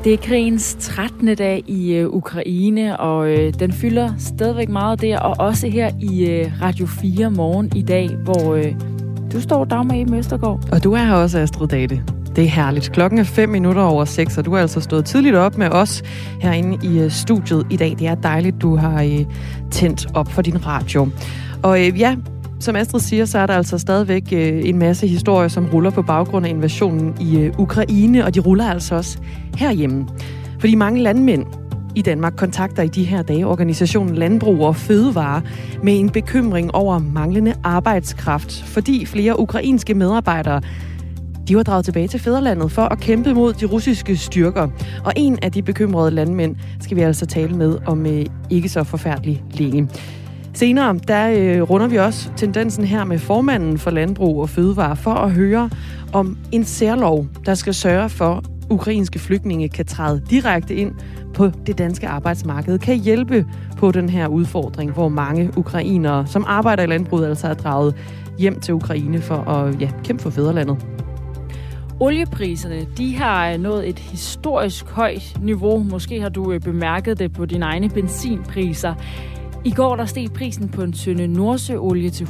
Det er krigens 13. dag i Ukraine, og den fylder stadigvæk meget der, og også her i Radio 4 morgen i dag, hvor du står, Dagmar Eben Østergaard. Og du er her også, Astrid Date. Det er herligt. Klokken er 5:05, og du har altså stået tidligt op med os herinde i studiet i dag. Det er dejligt, du har tændt op for din radio. Og ja, som Astrid siger, så er der altså stadigvæk en masse historier, som ruller på baggrund af invasionen i Ukraine, og de ruller altså også herhjemme. Fordi mange landmænd i Danmark kontakter i de her dage organisationen Landbrug og Fødevare med en bekymring over manglende arbejdskraft, fordi flere ukrainske medarbejdere de var draget tilbage til fædrelandet for at kæmpe mod de russiske styrker. Og en af de bekymrede landmænd skal vi altså tale med om ikke så forfærdeligt længe. Senere, der runder vi også tendensen her med formanden for Landbrug og Fødevare for at høre om en særlov, der skal sørge for, at ukrainske flygtninge kan træde direkte ind på det danske arbejdsmarked, kan hjælpe på den her udfordring, hvor mange ukrainere, som arbejder i landbruget, altså er draget hjem til Ukraine for at kæmpe for fædrelandet. Oliepriserne, de har nået et historisk højt niveau. Måske har du bemærket det på dine egne benzinpriser. I går der steg prisen på en tønde nordsøolie til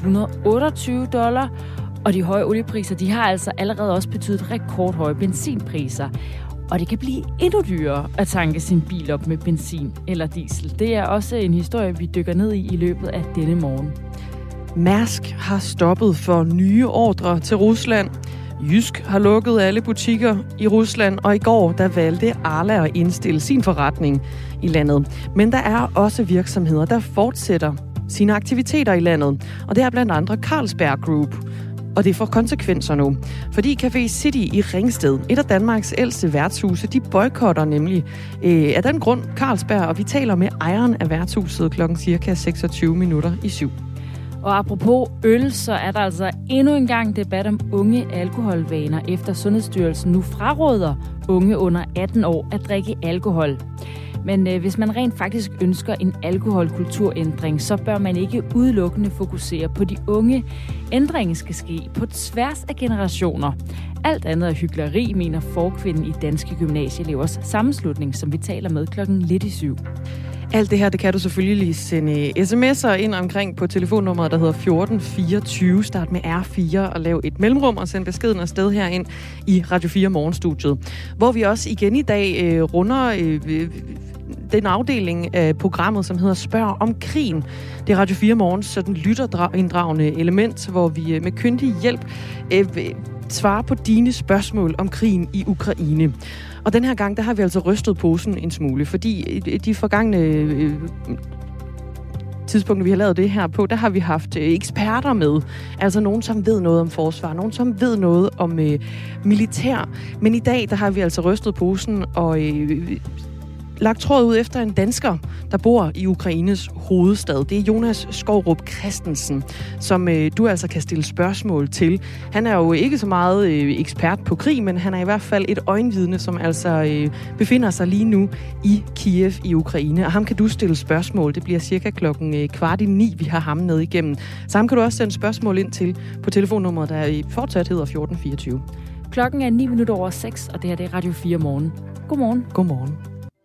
$128, og de høje oliepriser, de har altså allerede også betydet rekordhøje benzinpriser. Og det kan blive endnu dyrere at tanke sin bil op med benzin eller diesel. Det er også en historie, vi dykker ned i løbet af denne morgen. Mærsk har stoppet for nye ordrer til Rusland. Jysk har lukket alle butikker i Rusland, og i går der valgte Arla at indstille sin forretning i landet. Men der er også virksomheder, der fortsætter sine aktiviteter i landet, og det er blandt andre Carlsberg Group. Og det får konsekvenser nu, fordi Café City i Ringsted, et af Danmarks ældste værtshuse, de boykotter nemlig af den grund Carlsberg, og vi taler med ejeren af værtshuset klokken cirka 7:26. Og apropos øl, så er der altså endnu en gang debat om unge alkoholvaner, efter Sundhedsstyrelsen nu fraråder unge under 18 år at drikke alkohol. Men hvis man rent faktisk ønsker en alkoholkulturændring, så bør man ikke udelukkende fokusere på de unge. Ændringen skal ske på tværs af generationer. Alt andet er hykleri, mener forkvinden i Danske Gymnasieelevers sammenslutning, som vi taler med klokken 6:50. Alt det her, det kan du selvfølgelig lige sende sms'er ind omkring på telefonnummeret, der hedder 1424. Start med R4 og lav et mellemrum og send beskeden afsted herind i Radio 4 Morgenstudiet. Hvor vi også igen i dag runder den afdeling af programmet, som hedder Spørg om krigen. Det er Radio 4 Morgens sådan lytterinddragende element, hvor vi med kyndig hjælp svarer på dine spørgsmål om krigen i Ukraine. Og den her gang, der har vi altså rystet posen en smule, fordi de forgangne tidspunkter, vi har lavet det her på, der har vi haft eksperter med. Altså nogen, som ved noget om forsvar, nogen, som ved noget om militær. Men i dag, der har vi altså rystet posen og lagt tråd ud efter en dansker, der bor i Ukraines hovedstad. Det er Jonas Skovrup Christensen, som du altså kan stille spørgsmål til. Han er jo ikke så meget ekspert på krig, men han er i hvert fald et øjenvidne, som altså befinder sig lige nu i Kiev i Ukraine. Og ham kan du stille spørgsmål. Det bliver cirka klokken 8:15, vi har ham ned igennem. Så ham kan du også sende spørgsmål ind til på telefonnummeret, der fortsat hedder 1424. Klokken er 6:09, og det her det er Radio 4 Morgen. Godmorgen. Godmorgen.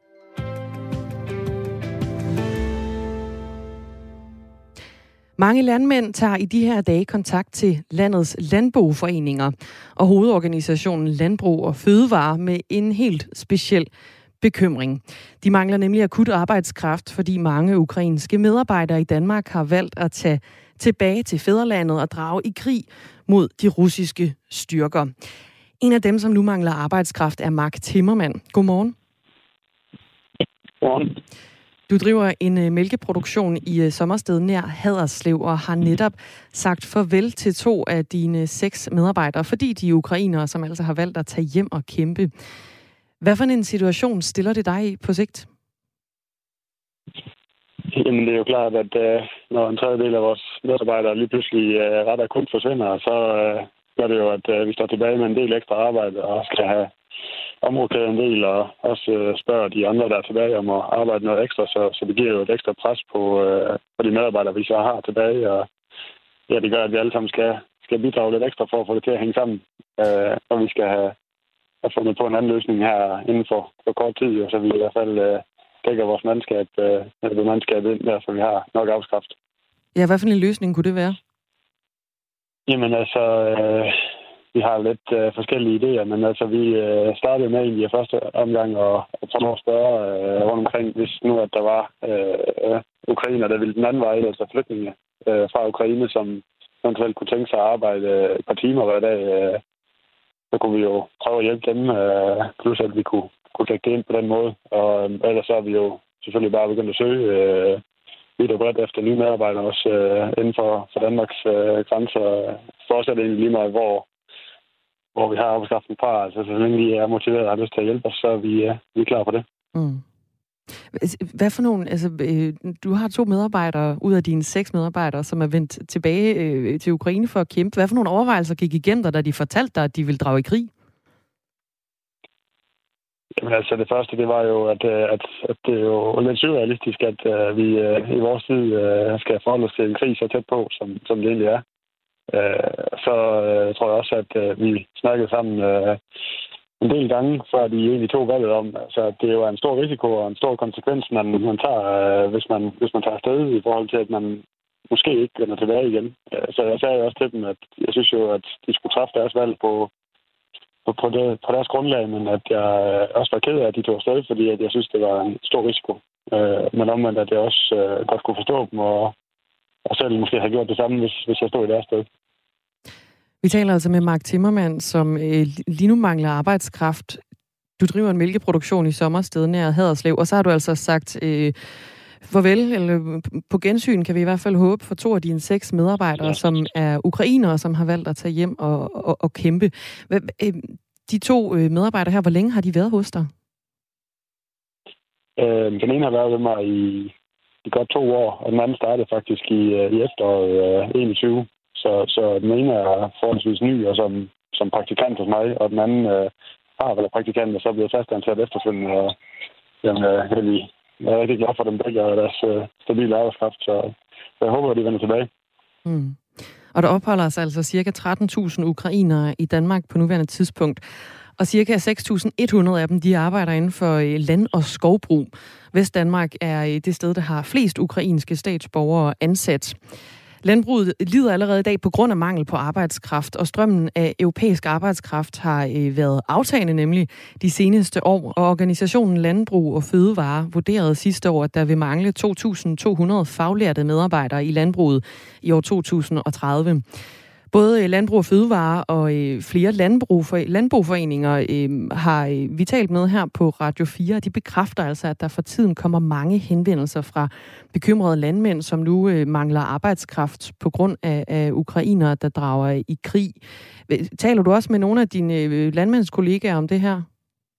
Mange landmænd tager i de her dage kontakt til landets landboforeninger og hovedorganisationen Landbrug og Fødevare med en helt speciel bekymring. De mangler nemlig akut arbejdskraft, fordi mange ukrainske medarbejdere i Danmark har valgt at tage tilbage til fædrelandet og drage i krig mod de russiske styrker. En af dem, som nu mangler arbejdskraft, er Mark Timmermann. Godmorgen. Godmorgen. Du driver en mælkeproduktion i Sommersted nær Haderslev og har netop sagt farvel til 2 af dine 6 medarbejdere, fordi de er ukrainere, som altså har valgt at tage hjem og kæmpe. Hvad for en situation stiller det dig i på sigt? Jamen det er jo klart, at når en tredjedel af vores medarbejdere lige pludselig ret akut forsvinder, så gør det jo, at vi står tilbage med en del ekstra arbejde og skal have omrokeret en del, og også spørger de andre, der er tilbage, om at arbejde noget ekstra, så det giver jo et ekstra pres på de medarbejdere, vi så har tilbage, og ja, det gør, at vi alle sammen skal bidrage lidt ekstra for at få det til at hænge sammen, og vi skal have har fundet på en anden løsning her inden for kort tid, og så vi i hvert fald dækker vores mandskab ind der, så vi har nok arbejdskraft. Ja, hvad for en løsning kunne det være? Jamen altså, vi har lidt forskellige idéer, men altså vi startede med i første omgang og prøve at spørge rundt omkring, hvis nu at der var ukrainer, der ville den anden vej, altså flygtninge fra Ukraine, som eventuelt kunne tænke sig at arbejde et par timer hver dag, så kunne vi jo prøve at hjælpe dem, plus at vi kunne dække det ind på den måde. Og ellers så er vi jo selvfølgelig bare begyndt at søge vidt og bredt efter nye medarbejdere, også inden for Danmarks grænser. For os er det egentlig lige meget, hvor vi har arbejdskraften fra. Altså, så længe vi er motiveret og har lyst til at hjælpe os, så er vi klar på det. Mm. Hvad for nogle, altså, du har 2 medarbejdere ud af dine 6 medarbejdere, som er vendt tilbage til Ukraine for at kæmpe. Hvad for nogle overvejelser gik igennem dig, da de fortalte dig, at de ville drage i krig? Jamen altså, det første, det var jo, at det er jo lidt surrealistisk, at vi i vores tid skal forholde os til en krig så tæt på, som det egentlig er. Så tror jeg også, at vi snakkede sammen en del gange, før de egentlig tog valget om. Altså, det er jo en stor risiko og en stor konsekvens, man tager, hvis man tager afsted i forhold til, at man måske ikke vender tilbage igen. Så jeg sagde også til dem, at jeg synes jo, at de skulle træffe deres valg på deres grundlag, men at jeg også var ked af, at de tog afsted, fordi at jeg synes, det var en stor risiko. Men omvendt, at jeg også godt kunne forstå dem, og selv måske have gjort det samme, hvis jeg stod i deres sted. Vi taler altså med Mark Timmermann, som lige nu mangler arbejdskraft. Du driver en mælkeproduktion i Sommersted nær Haderslev, og så har du altså sagt farvel, eller på gensyn kan vi i hvert fald håbe for 2 af dine 6 medarbejdere, som er ukrainere, som har valgt at tage hjem og kæmpe. De 2 medarbejdere her, hvor længe har de været hos dig? Den ene har været ved mig i godt 2 år, og den anden startede faktisk i efteråret 21. Så den ene er forholdsvis ny, og som praktikant hos mig, og den anden har været praktikant, og så blevet fastansat efterfølgende. Og jeg er rigtig glad for dem begge og deres stabile arbejdskraft, så jeg håber, at de vender tilbage. Mm. Og der opholder sig altså ca. 13.000 ukrainere i Danmark på nuværende tidspunkt. Og ca. 6.100 af dem, de arbejder inden for land- og skovbrug. Vestdanmark er det sted, der har flest ukrainske statsborgere ansat. Landbruget lider allerede i dag på grund af mangel på arbejdskraft, og strømmen af europæisk arbejdskraft har været aftagende nemlig de seneste år, og organisationen Landbrug og Fødevare vurderede sidste år, at der vil mangle 2.200 faglærte medarbejdere i landbruget i år 2030. Både Landbrug og Fødevare og flere landbrugforeninger har vi talt med her på Radio 4. De bekræfter altså, at der for tiden kommer mange henvendelser fra bekymrede landmænd, som nu mangler arbejdskraft på grund af ukrainere, der drager i krig. Taler du også med nogle af dine landmændskollegaer om det her?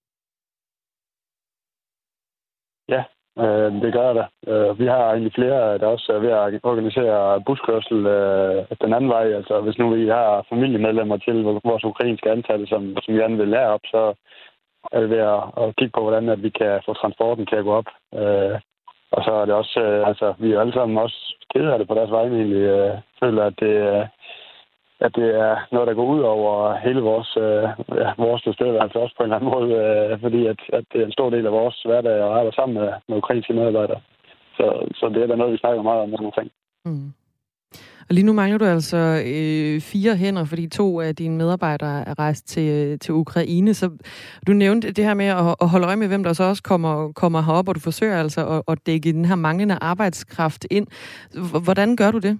Ja. Det gør jeg da. Vi har egentlig flere, der også er ved at organisere buskørsel den anden vej. Altså, hvis nu vi har familiemedlemmer til vores ukrainske ansatte, som gerne vil lære op, så er vi ved at kigge på, hvordan at vi kan få transporten til at gå op. Og så er det også, vi er alle sammen også kede af det på deres vegne egentlig. Føler, at det er noget, der går ud over hele vores tilstedeværelse også på en eller anden måde, fordi at det er en stor del af vores hverdag at arbejde sammen med ukrainske medarbejdere. Så det er da noget, vi snakker meget om omkring. Mm. Og lige nu mangler du altså 4 hænder, fordi 2 af dine medarbejdere er rejst til Ukraine. Så du nævnte det her med at holde øje med, hvem der så også kommer herop, og du forsøger altså at dække den her manglende arbejdskraft ind. Hvordan gør du det?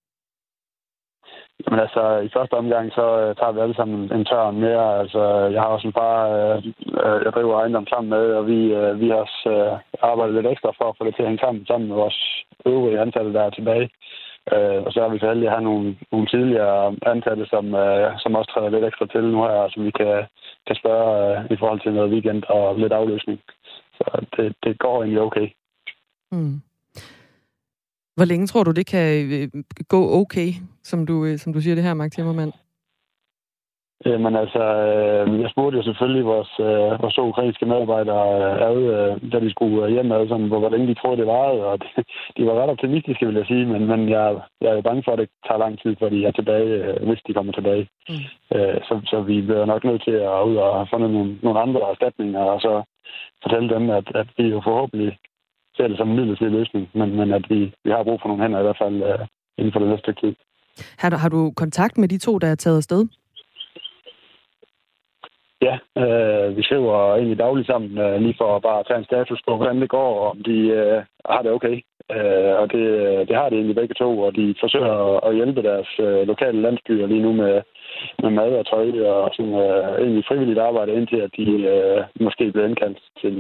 Jamen altså, i første omgang, så tager vi alle sammen en tørn mere. Altså, jeg har også en par, jeg driver ejendom sammen med, og vi har også arbejdet lidt ekstra for at få det til at hænge sammen med vores øvrige ansatte, der er tilbage. Og så er vi så heldige at have nogle tidligere ansatte, som også træder lidt ekstra til nu her, som vi kan spørge i forhold til noget weekend og lidt afløsning. Så det går egentlig okay. Mm. Hvor længe tror du, det kan gå okay, som du siger det her, Mark Timmermann? Men altså, jeg spurgte jo selvfølgelig vores to ukrainske medarbejdere, da de skulle hjem, sådan, hvor længe de troede, det varede, og de var ret optimistiske, vil jeg sige, men jeg er jo bange for, at det tager lang tid, før de er tilbage, hvis de kommer tilbage. Så vi bliver nok nødt til at ud og have fundet nogle andre erstatninger, og så fortælle dem, at vi jo forhåbentlig ser det som en midlertidig løsning, men at vi har brug for nogle hænder i hvert fald inden for det næste tid. Har du kontakt med de to, der er taget afsted? Ja, vi skriver egentlig dagligt sammen, lige for at bare tage en status på, hvordan det går, og om de har det okay. Og det har de egentlig begge to, og de forsøger at hjælpe deres lokale landsbyer lige nu med mad og tøj og sådan egentlig frivilligt arbejde, indtil at de måske bliver indkaldt til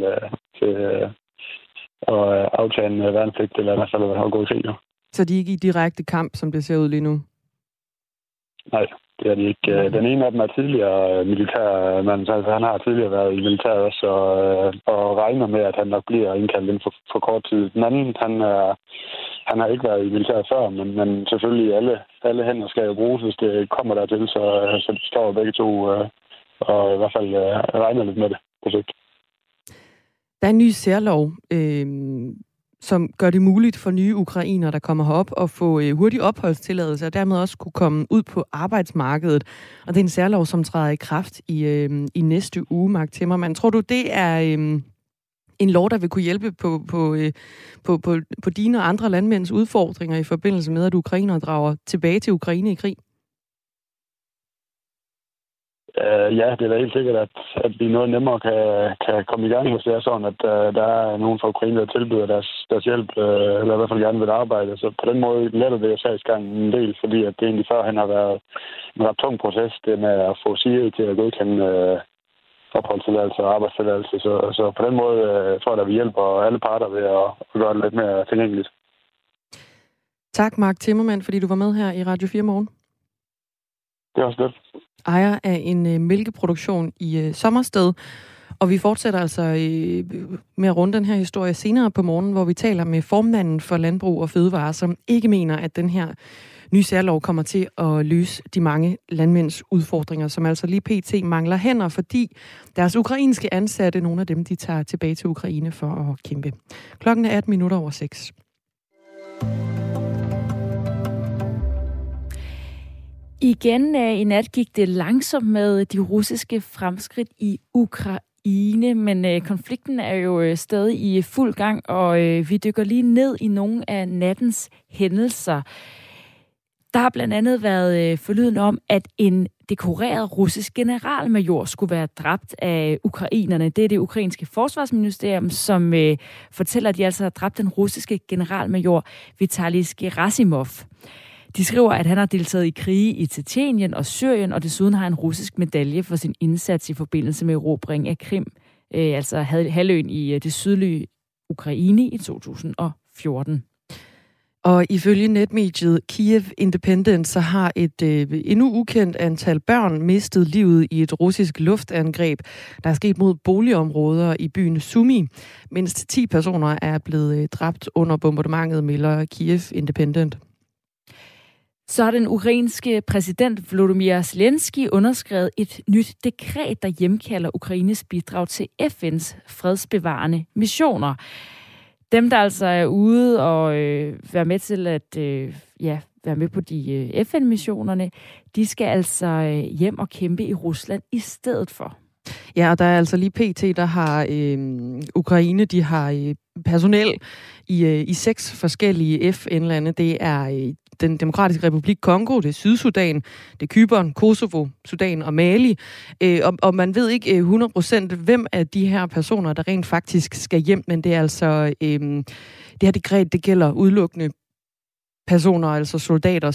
at aftale en værnepligt, eller i hvert fald at gå i krig. Så de er ikke i direkte kamp, som det ser ud lige nu? Nej, det er de ikke. Den ene af dem er tidligere militærmand, altså han har tidligere været i militæret også, og regner med, at han nok bliver indkaldt inden for kort tid. Den anden, han har ikke været i militæret før, men selvfølgelig alle hænder skal jo bruges, hvis det kommer dertil, så de står begge to og i hvert fald regner lidt med det på sigt. Der er en ny særlov, som gør det muligt for nye ukrainere, der kommer herop, at få hurtig opholdstilladelse, og dermed også kunne komme ud på arbejdsmarkedet. Og det er en særlov, som træder i kraft i næste uge, Mark Timmermann. Tror du, det er en lov, der vil kunne hjælpe på dine og andre landmænds udfordringer i forbindelse med, at ukrainere drager tilbage til Ukraine i krig? Ja, det er da helt sikkert, at vi noget nemmere kan komme i gang, hvis det er sådan, at der er nogen fra Ukraine, der tilbyder deres hjælp, eller i hvert fald gerne vil arbejde. Så på den måde letter det jo sagsgangen en del, fordi at det egentlig førhen har været en ret tung proces, det med at få SIRI til at godkende opholdstilladelse og arbejdstilladelse. Så på den måde tror jeg, at vi hjælper alle parter ved at gøre det lidt mere tilgængeligt. Tak, Mark Timmermann, fordi du var med her i Radio 4 Morgen. Det er også det. Ejer af en mælkeproduktion i Sommersted. Og vi fortsætter altså med at runde den her historie senere på morgenen, hvor vi taler med formanden for Landbrug og Fødevare, som ikke mener, at den her nye særlov kommer til at løse de mange landmænds udfordringer, som altså lige pt. Mangler hænder, fordi deres ukrainske ansatte, nogle af dem, de tager tilbage til Ukraine for at kæmpe. Klokken er 6:18. Igen i nat gik det langsomt med de russiske fremskridt i Ukraine, men konflikten er jo stadig i fuld gang, og vi dykker lige ned i nogle af nattens hændelser. Der har blandt andet været forlyden om, at en dekoreret russisk generalmajor skulle være dræbt af ukrainerne. Det er det ukrainske forsvarsministerium, som fortæller, at de altså har dræbt den russiske generalmajor Vitaly Gerasimov. De skriver, at han har deltaget i krige i Tjetjenien og Syrien, og desuden har en russisk medalje for sin indsats i forbindelse med erobring af Krim, altså halvøen i det sydlige Ukraine i 2014. Og ifølge netmediet Kiev Independent, så har et endnu ukendt antal børn mistet livet i et russisk luftangreb, der er sket mod boligområder i byen Sumy. Mindst 10 personer er blevet dræbt under bombardementet, melder Kiev Independent. Så har den ukrainske præsident Volodymyr Zelensky underskrevet et nyt dekret, der hjemkalder Ukraines bidrag til FN's fredsbevarende missioner. Dem, der altså er ude og være med til at være med på de FN-missionerne, de skal altså hjem og kæmpe i Rusland i stedet for. Ja, og der er altså lige pt., der har Ukraine, de har personel i 6 forskellige FN-lande. Det er den Demokratiske Republik Kongo, det er Sydsudan, det er Cypern, Kosovo, Sudan og Mali. Og man ved ikke 100% hvem af de her personer, der rent faktisk skal hjem, men det er altså det her dekret, det gælder udelukkende personer, altså soldater,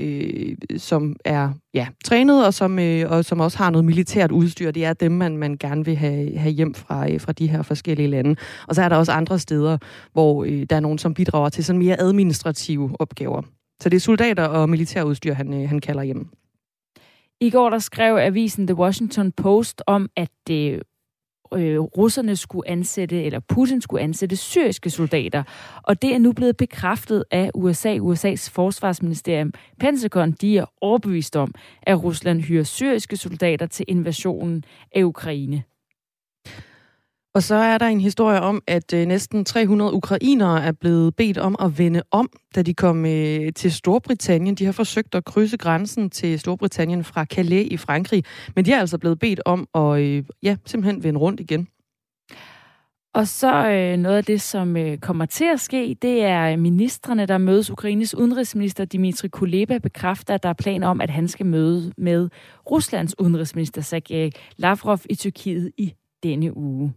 som er trænet og som også har noget militært udstyr. Det er dem, man gerne vil have hjem fra de her forskellige lande. Og så er der også andre steder, hvor der er nogen, som bidrager til sådan mere administrative opgaver. Så det er soldater og militærudstyr, han kalder hjem. I går der skrev avisen The Washington Post om, at russerne skulle ansætte, eller Putin skulle ansætte syriske soldater. Og det er nu blevet bekræftet af USA. USA's forsvarsministerium, Pentagon, de er overbevist om, at Rusland hyrer syriske soldater til invasionen af Ukraine. Og så er der en historie om, at næsten 300 ukrainere er blevet bedt om at vende om, da de kom til Storbritannien. De har forsøgt at krydse grænsen til Storbritannien fra Calais i Frankrig, men de er altså blevet bedt om at simpelthen vende rundt igen. Og så noget af det, som kommer til at ske, det er ministrene, der mødes. Ukraines udenrigsminister Dmytro Kuleba bekræfter, at der er planer om, at han skal møde med Ruslands udenrigsminister Sergej Lavrov i Tyrkiet i denne uge.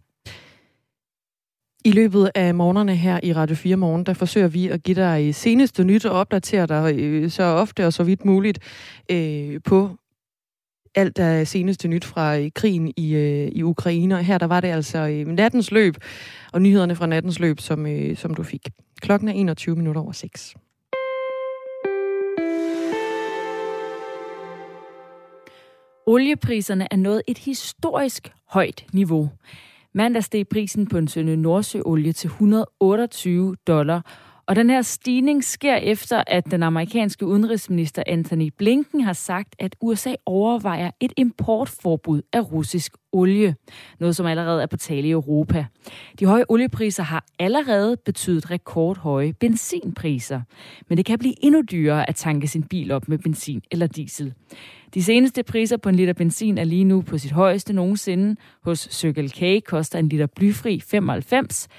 I løbet af morgenerne her i Radio 4 Morgen, der forsøger vi at give dig seneste nyt og opdatere dig så ofte og så vidt muligt på alt der seneste nyt fra krigen i Ukraine. Og her der var det altså nattens løb og nyhederne fra nattens løb, som du fik. Klokken er 21:06. Oliepriserne er nået et historisk højt niveau. Mandag steg prisen på en tønde nordsøolie til $128, og den her stigning sker efter, at den amerikanske udenrigsminister Antony Blinken har sagt, at USA overvejer et importforbud af russisk olie. Noget, som allerede er på tale i Europa. De høje oliepriser har allerede betydet rekordhøje benzinpriser. Men det kan blive endnu dyrere at tanke sin bil op med benzin eller diesel. De seneste priser på en liter benzin er lige nu på sit højeste nogensinde. Hos Circle K koster en liter blyfri 95,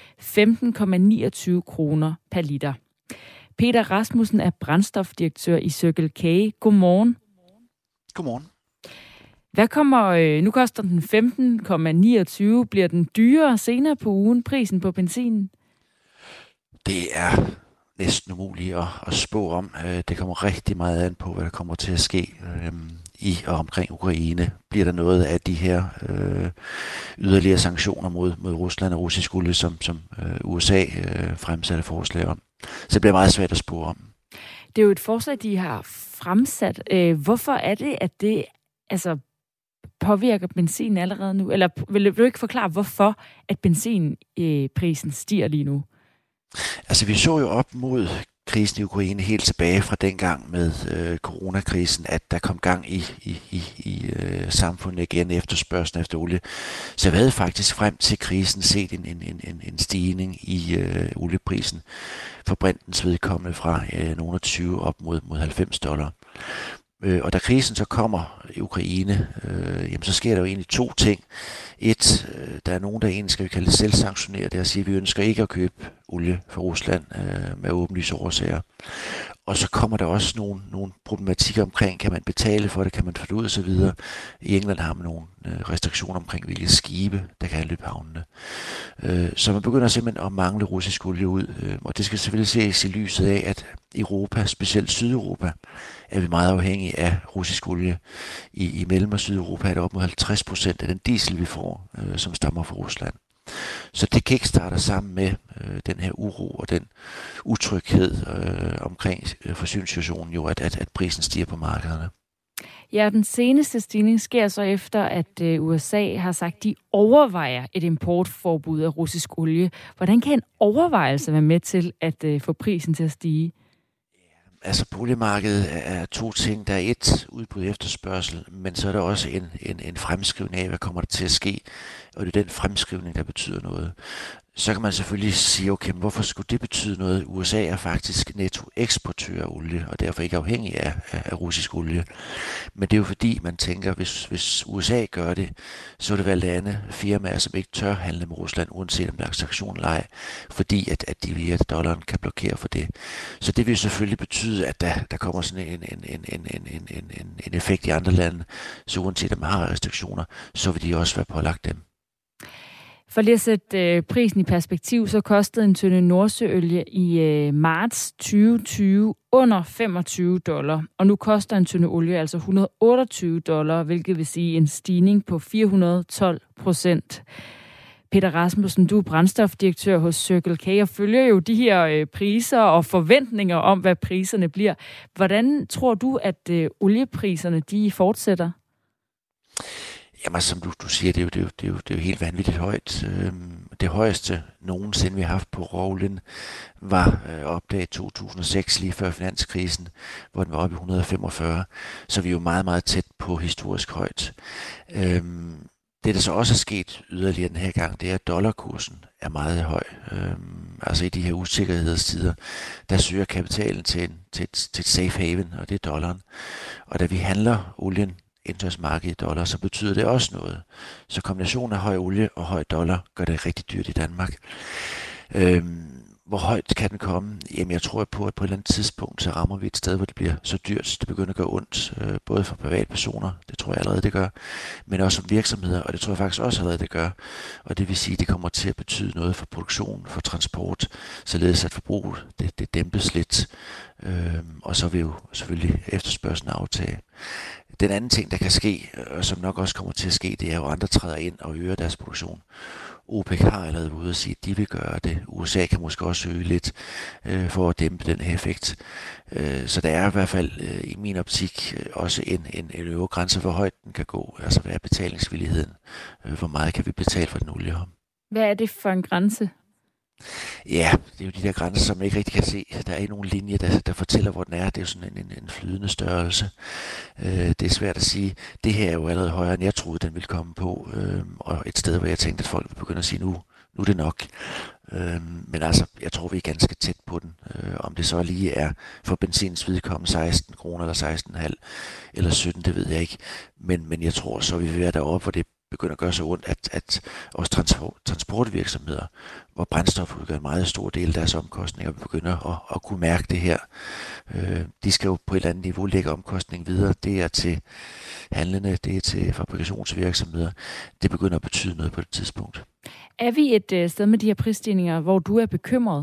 15,29 kroner per liter. Peter Rasmussen er brændstofdirektør i Circle K. Godmorgen. Godmorgen. Hvad kommer, nu koster den 15,29. Bliver den dyrere senere på ugen, prisen på benzinen? Det er næsten umuligt at spå om. Det kommer rigtig meget an på, hvad der kommer til at ske i og omkring Ukraine. Bliver der noget af de her yderligere sanktioner mod Rusland og russisk olie, som USA fremsatte forslag om. Så det bliver meget svært at spå om. Det er jo et forslag, de har fremsat. Hvorfor er det, at det påvirker benzin allerede nu? Eller vil du ikke forklare, hvorfor at benzinprisen stiger lige nu? Altså, vi så jo op mod krisen i Ukraine helt tilbage fra dengang med coronakrisen, at der kom gang i samfundet igen, efterspørgslen efter olie. Så vi havde faktisk frem til krisen set en stigning i olieprisen for Brentens vedkommende fra nogle af 20 op mod $90. Og da krisen så kommer i Ukraine, jamen så sker der jo egentlig to ting. Der er nogen, der egentlig skal vi kalde det selvsanktionere, det er at sige, at vi ønsker ikke at købe olie fra Rusland med åbenlyse årsager. Og så kommer der også nogle problematikker omkring, kan man betale for det, kan man få det ud og så videre. I England har man nogle restriktioner omkring, hvilke skibe, der kan løbe havnene. Så man begynder simpelthen at mangle russisk olie ud. Og det skal selvfølgelig ses i lyset af, at Europa, specielt Sydeuropa, er vi meget afhængige af russisk olie. I Mellem- og Sydeuropa er det op mod 50% af den diesel, vi får, som stammer fra Rusland. Så det kickstarter sammen med den her uro og den utryghed omkring forsyningssituationen jo, at prisen stiger på markederne. Ja, den seneste stigning sker så efter, at USA har sagt, at de overvejer et importforbud af russisk olie. Hvordan kan en overvejelse være med til at få prisen til at stige? Altså på oliemarkedet er to ting. Der er et udbud efterspørgsel, men så er der også en fremskrivning af, hvad kommer der til at ske. Og det er den fremskrivning, der betyder noget. Så kan man selvfølgelig sige, okay, men hvorfor skulle det betyde noget? USA er faktisk nettoeksportør af olie, og derfor ikke afhængig af russisk olie. Men det er jo fordi, man tænker, hvis USA gør det, så er det valgt lande, firmaer, som ikke tør handle med Rusland, uanset om der er sanktioner eller ej, fordi at de via dollaren kan blokere for det. Så det vil selvfølgelig betyde, at der kommer sådan en effekt i andre lande, så uanset om man har restriktioner, så vil de også være pålagt dem. For lige at sætte prisen i perspektiv, så kostede en tønde nordsøolie i marts 2020 under $25, og nu koster en tønde olie altså $128, hvilket vil sige en stigning på 412%. Peter Rasmussen, du er brændstofdirektør hos Circle K og følger jo de her priser og forventninger om, hvad priserne bliver. Hvordan tror du, at oliepriserne de fortsætter? Jamen, som du siger, det er jo helt vanvittigt højt. Det højeste nogensinde, vi har haft på råolien, var opdaget i 2006, lige før finanskrisen, hvor den var oppe i 145. Så vi er jo meget, meget tæt på historisk højt. Det, der så også er sket yderligere den her gang, det er, at dollarkursen er meget høj. Altså i de her usikkerhedstider, der søger kapitalen til et safe haven, og det er dollaren. Og da vi handler olien indtørsmarkedet i dollar, så betyder det også noget. Så kombinationen af høj olie og høj dollar gør det rigtig dyrt i Danmark. Hvor højt kan den komme? Jamen, jeg tror på, at på et eller andet tidspunkt, så rammer vi et sted, hvor det bliver så dyrt, det begynder at gøre ondt, både for privatpersoner, det tror jeg allerede, det gør, men også som virksomheder, og det tror jeg faktisk også allerede, det gør. Og det vil sige, at det kommer til at betyde noget for produktion, for transport, således at forbruget, det dæmpes lidt, og så vil jo selvfølgelig efterspørgslen aftage. Den anden ting, der kan ske, og som nok også kommer til at ske, det er jo, at andre træder ind og øger deres produktion. OPEC har allerede ude at sige, at de vil gøre det. USA kan måske også øge lidt for at dæmpe den her effekt. Så der er i hvert fald i min optik også en øvre grænse, hvor højt den kan gå. Altså hvad er betalingsvilligheden? Hvor meget kan vi betale for den olie her? Hvad er det for en grænse? Ja, det er jo de der grænser, som man ikke rigtig kan se. Der er ikke nogen linje, der fortæller, hvor den er. Det er jo sådan en flydende størrelse. Det er svært at sige. Det her er jo allerede højere, end jeg troede, den ville komme på. Og et sted, hvor jeg tænkte, at folk vil begynde at sige, nu er det nok. Men altså, jeg tror, vi er ganske tæt på den. Om det så lige er for benzinens vedkommende 16 kroner, eller 16,5, eller 17, det ved jeg ikke. Men jeg tror så, vi vil være deroppe, hvor det begynder at gøre så ondt, at også transportvirksomheder, hvor brændstof udgør en meget stor del af deres omkostninger, begynder at kunne mærke det her. De skal jo på et eller andet niveau lægge omkostningen videre. Det er til handlende, det er til fabrikationsvirksomheder. Det begynder at betyde noget på det tidspunkt. Er vi et sted med de her prisstigninger, hvor du er bekymret?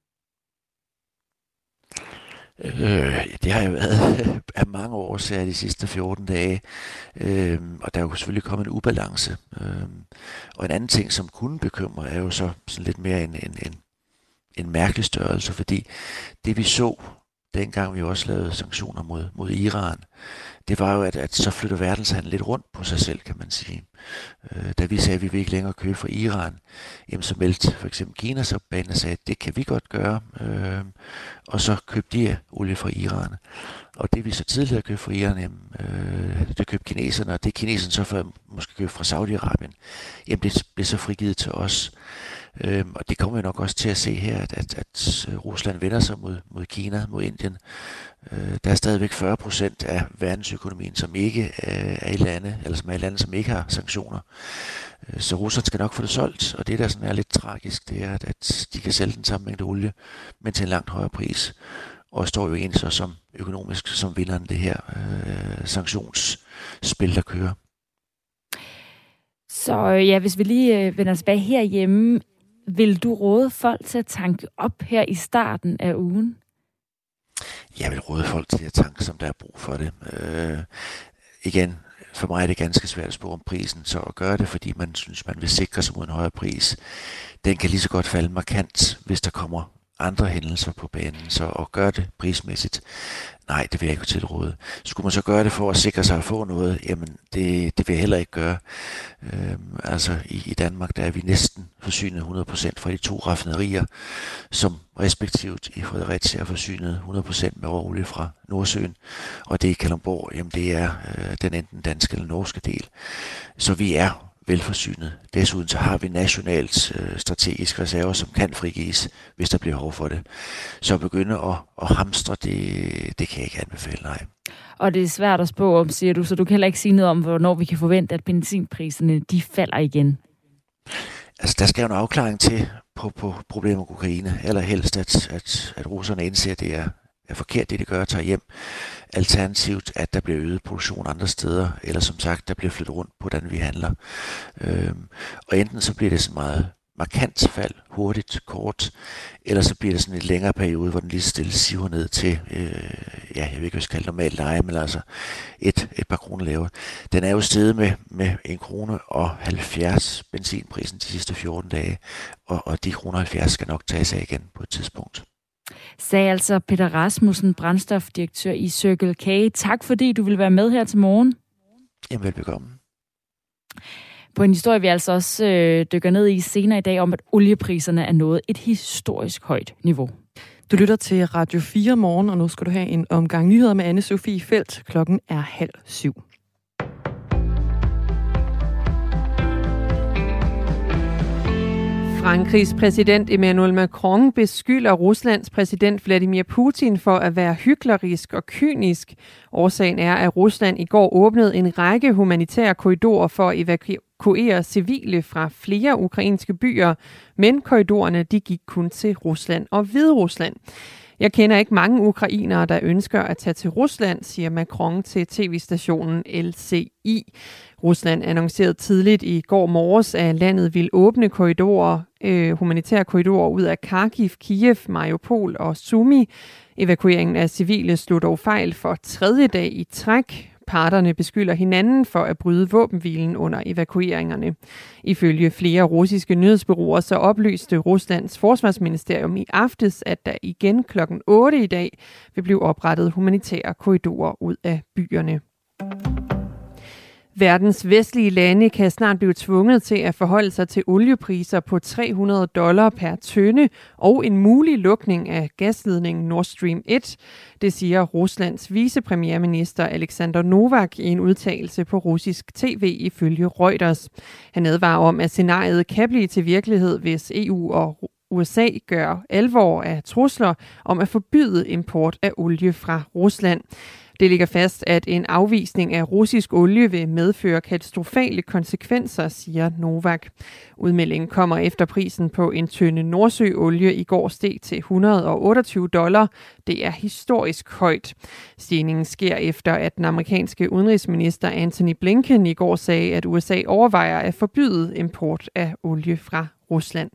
Det har jo været af mange årsager de sidste 14 dage, og der er jo selvfølgelig kommet en ubalance. Og en anden ting, som kunne bekymre, er jo så sådan lidt mere en mærkelig størrelse, fordi det vi så, dengang vi også lavede sanktioner mod Iran, det var jo, at så flytter verdenshandlen lidt rundt på sig selv, kan man sige. Da vi sagde, at vi vil ikke længere købe fra Iran, jamen så meldte for eksempel Kina sig op banen og sagde, at det kan vi godt gøre, og så købte de olie fra Iran. Og det vi så tidligere købte fra Iran, jamen, det købte kineserne, og det kineserne så for måske købe fra Saudi-Arabien, jamen det blev så frigivet til os. Og det kommer vi nok også til at se her, at Rusland vender sig mod Kina, mod Indien. Der er stadigvæk 40% af verdensøkonomien, som ikke er i lande, eller som er i lande, som ikke har sanktioner. Så Rusland skal nok få det solgt, og det der sådan er lidt tragisk, det er, at de kan sælge den samme mængde olie, men til en langt højere pris. Og står jo egentlig så som økonomisk som vinderen det her sanktionsspil, der kører. Så ja, hvis vi lige vender tilbage herhjemme, vil du råde folk til at tanke op her i starten af ugen? Jeg vil råde folk til at tanke, som der er brug for det. Igen, for mig er det ganske svært at spå om prisen, så at gøre det, fordi man synes, man vil sikre sig mod en højere pris. Den kan lige så godt falde markant, hvis der kommer andre hændelser på banen, så at gøre det prismæssigt, nej, det vil jeg ikke tilråde. Skulle man så gøre det for at sikre sig at få noget, jamen det vil jeg heller ikke gøre. Altså i Danmark, der er vi næsten forsynet 100% fra de 2 raffinaderier, som respektivt i Fredericia er forsynet 100% med råolie fra Nordsøen, og det i Kalundborg, jamen det er den enten danske eller norske del. Så vi er velforsynet. Desuden så har vi nationalt strategiske reserver, som kan frigives, hvis der bliver behov for det. Så at begynde at hamstre, det kan jeg ikke anbefale, nej. Og det er svært at spå om, siger du, så du kan heller ikke sige noget om, hvornår vi kan forvente, at benzinpriserne de falder igen. Altså, der skal jo en afklaring til på problemer med Ukraine. Eller helst, at russerne indser, at det er forkert, det de gør, at tage hjem. Alternativt, at der bliver øget produktion andre steder, eller som sagt, der bliver flyttet rundt på, hvordan vi handler. Og enten så bliver det sådan meget markant fald, hurtigt, kort, eller så bliver det sådan en længere periode, hvor den lige stille siver ned til, jeg ved ikke, hvad jeg skal kalde normalt leje, men altså et par kroner lavere. Den er jo steget med 1,70 kroner benzinprisen de sidste 14 dage, og de 1,70 kroner skal nok tages af igen på et tidspunkt. Sagde altså Peter Rasmussen, brændstofdirektør i Circle K. Tak fordi du vil være med her til morgen. Jamen velbekomme. På en historie, vi altså også dykker ned i senere i dag, om at oliepriserne er nået et historisk højt niveau. Du lytter til Radio 4 morgen, og nu skal du have en omgang nyheder med Anne-Sophie Felt. Klokken er 6:30. Frankrigs præsident Emmanuel Macron beskylder Ruslands præsident Vladimir Putin for at være hyklerisk og kynisk. Årsagen er, at Rusland i går åbnede en række humanitære korridorer for at evakuere civile fra flere ukrainske byer, men korridorerne de gik kun til Rusland og Hviderusland. Jeg kender ikke mange ukrainere, der ønsker at tage til Rusland, siger Macron til tv-stationen LCI. Rusland annoncerede tidligt i går morges, at landet ville åbne humanitære korridorer ud af Kharkiv, Kiev, Mariupol og Sumy. Evakueringen af civile slog dog fejl for tredje dag i træk. Parterne beskylder hinanden for at bryde våbenhvilen under evakueringerne. Ifølge flere russiske nyhedsbureauer så oplyste Ruslands forsvarsministerium i aftes, at der igen klokken 8 i dag vil blive oprettet humanitære korridorer ud af byerne. Verdens vestlige lande kan snart blive tvunget til at forholde sig til oliepriser på $300 per tønde og en mulig lukning af gasledningen Nord Stream 1. Det siger Ruslands vicepremierminister Alexander Novak i en udtalelse på russisk tv ifølge Reuters. Han advarer om, at scenariet kan blive til virkelighed, hvis EU og USA gør alvor af trusler om at forbyde import af olie fra Rusland. Det ligger fast, at en afvisning af russisk olie vil medføre katastrofale konsekvenser, siger Novak. Udmeldingen kommer efter prisen på en tønde Nordsøolie i går steg til $128. Det er historisk højt. Stigningen sker efter, at den amerikanske udenrigsminister Antony Blinken i går sagde, at USA overvejer at forbyde import af olie fra Rusland.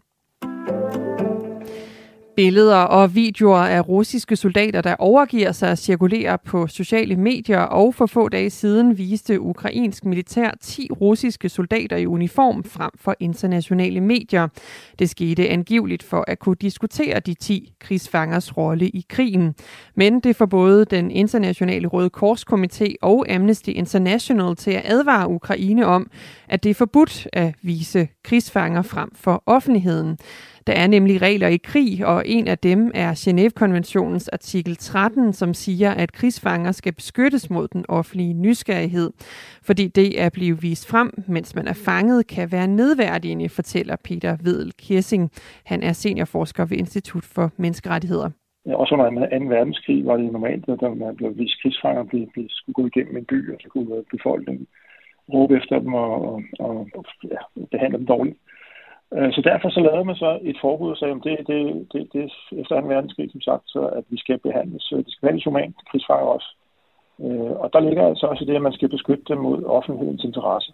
Billeder og videoer af russiske soldater, der overgiver sig, cirkulerer på sociale medier, og for få dage siden viste ukrainsk militær 10 russiske soldater i uniform frem for internationale medier. Det skete angiveligt for at kunne diskutere de 10 krigsfangers rolle i krigen. Men det får både den internationale Røde Kors-komité og Amnesty International til at advare Ukraine om, at det er forbudt at vise krigsfanger frem for offentligheden. Der er nemlig regler i krig, og en af dem er Genève-konventionens artikel 13, som siger, at krigsfanger skal beskyttes mod den offentlige nysgerrighed. Fordi det at blive vist frem, mens man er fanget, kan være nedværdigende, fortæller Peter Vedel Kirsing. Han er seniorforsker ved Institut for Menneskerettigheder. Ja, også under 2. verdenskrig var det normalt, at man blev vist krigsfanger, skulle gå igennem en by, og så kunne befolkningen råbe efter dem og behandle dem dårligt. Så derfor så lavede man så et forbud og sagde, at det efter 2. verdenskrig, som sagt, så at de skal behandles humant, krigsfanger også. Og der ligger altså også det, at man skal beskytte dem mod offentlighedens interesse.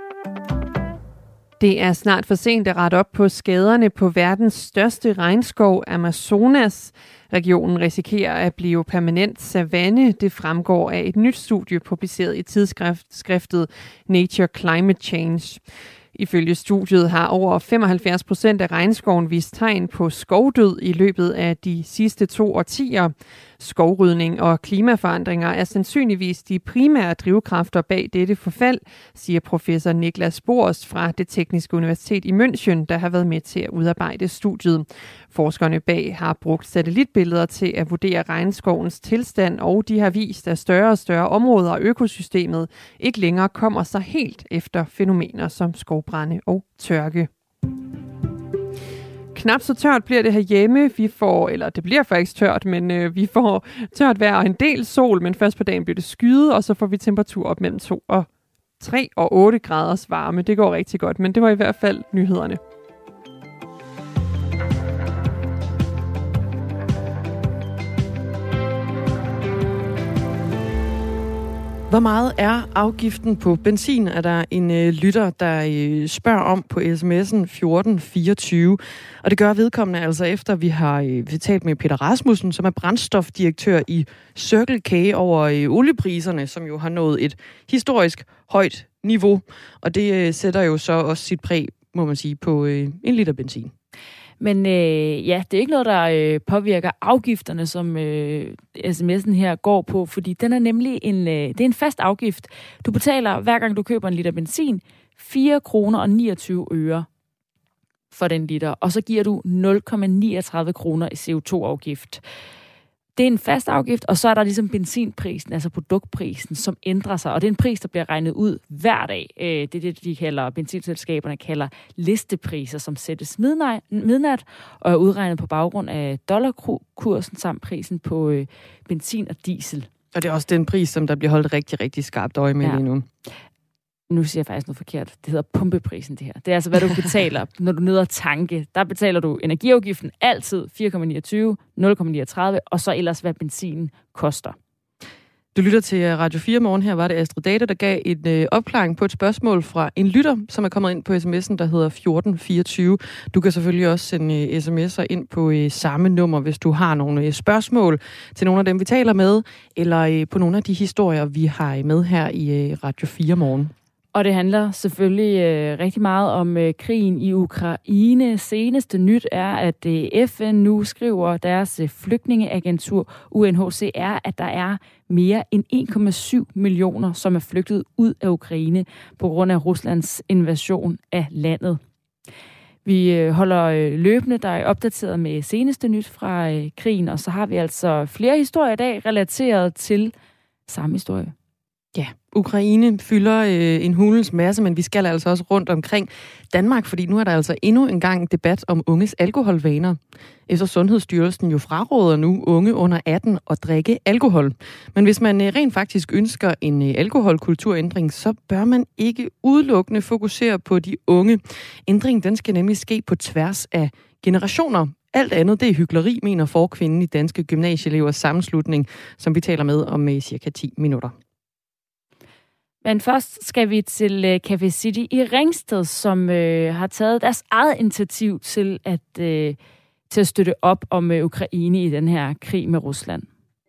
Det er snart for sent at rette op på skaderne på verdens største regnskov, Amazonas. Regionen risikerer at blive permanent savanne. Det fremgår af et nyt studie publiceret i tidsskriftet Nature Climate Change. Ifølge studiet har over 75% af regnskoven vist tegn på skovdød i løbet af de sidste 2 årtier. Skovrydning og klimaforandringer er sandsynligvis de primære drivkræfter bag dette forfald, siger professor Niklas Bors fra Det Tekniske Universitet i München, der har været med til at udarbejde studiet. Forskerne bag har brugt satellitbilleder til at vurdere regnskovens tilstand, og de har vist, at større og større områder af økosystemet ikke længere kommer sig helt efter fænomener som skovbrande og tørke. Knap så tørt bliver det herhjemme. Det bliver faktisk tørt, men vi får tørt vejr og en del sol, men først på dagen bliver det skyet, og så får vi temperatur op mellem 3 og 8 graders varme. Det går rigtig godt, men det var i hvert fald nyhederne. Hvor meget er afgiften på benzin, er der en lytter, der spørger om på sms'en 1424. Og det gør vedkommende altså efter, vi har talt med Peter Rasmussen, som er brændstofdirektør i Circle K over oliepriserne, som jo har nået et historisk højt niveau. Og det sætter jo så også sit præg, må man sige, på 1 liter benzin. Men ja, det er ikke noget, der påvirker afgifterne, som sms'en her går på, fordi den er nemlig det er en fast afgift. Du betaler, hver gang du køber en liter benzin, 4 kroner og 29 øre for den liter, og så giver du 0,39 kroner i CO2-afgift. Det er en fast afgift, og så er der ligesom benzinprisen, altså produktprisen, som ændrer sig. Og det er en pris, der bliver regnet ud hver dag. Det er det, de kalder, benzinselskaberne kalder listepriser, som sættes midnat og er udregnet på baggrund af dollarkursen samt prisen på benzin og diesel. Og det er også den pris, som der bliver holdt rigtig, rigtig skarpt øje med lige nu. Nu siger jeg faktisk noget forkert. Det hedder pumpeprisen, det her. Det er altså, hvad du betaler, når du er nede at tanke. Der betaler du energiafgiften altid 4,29, 0,39, og så ellers, hvad benzinen koster. Du lytter til Radio 4 morgen. Her var det Astrid Date, der gav en opklaring på et spørgsmål fra en lytter, som er kommet ind på sms'en, der hedder 1424. Du kan selvfølgelig også sende sms'er ind på samme nummer, hvis du har nogle spørgsmål til nogle af dem, vi taler med, eller på nogle af de historier, vi har med her i Radio 4 morgen. Og det handler selvfølgelig rigtig meget om krigen i Ukraine. Seneste nyt er, at FN nu skriver deres flygtningeagentur UNHCR, at der er mere end 1,7 millioner, som er flygtet ud af Ukraine på grund af Ruslands invasion af landet. Vi holder løbende dig opdateret med seneste nyt fra krigen, og så har vi altså flere historier i dag relateret til samme historie. Ja, Ukraine fylder en hulens masse, men vi skal altså også rundt omkring Danmark, fordi nu er der altså endnu en gang debat om unges alkoholvaner. Efter Sundhedsstyrelsen jo fraråder nu unge under 18 at drikke alkohol. Men hvis man rent faktisk ønsker en alkoholkulturændring, så bør man ikke udelukkende fokusere på de unge. Ændringen den skal nemlig ske på tværs af generationer. Alt andet, det er hykleri, mener forkvinden i Danske Gymnasieelevers Sammenslutning, som vi taler med om cirka 10 minutter. Men først skal vi til Café City i Ringsted, som har taget deres eget initiativ til at støtte op om Ukraine i den her krig med Rusland.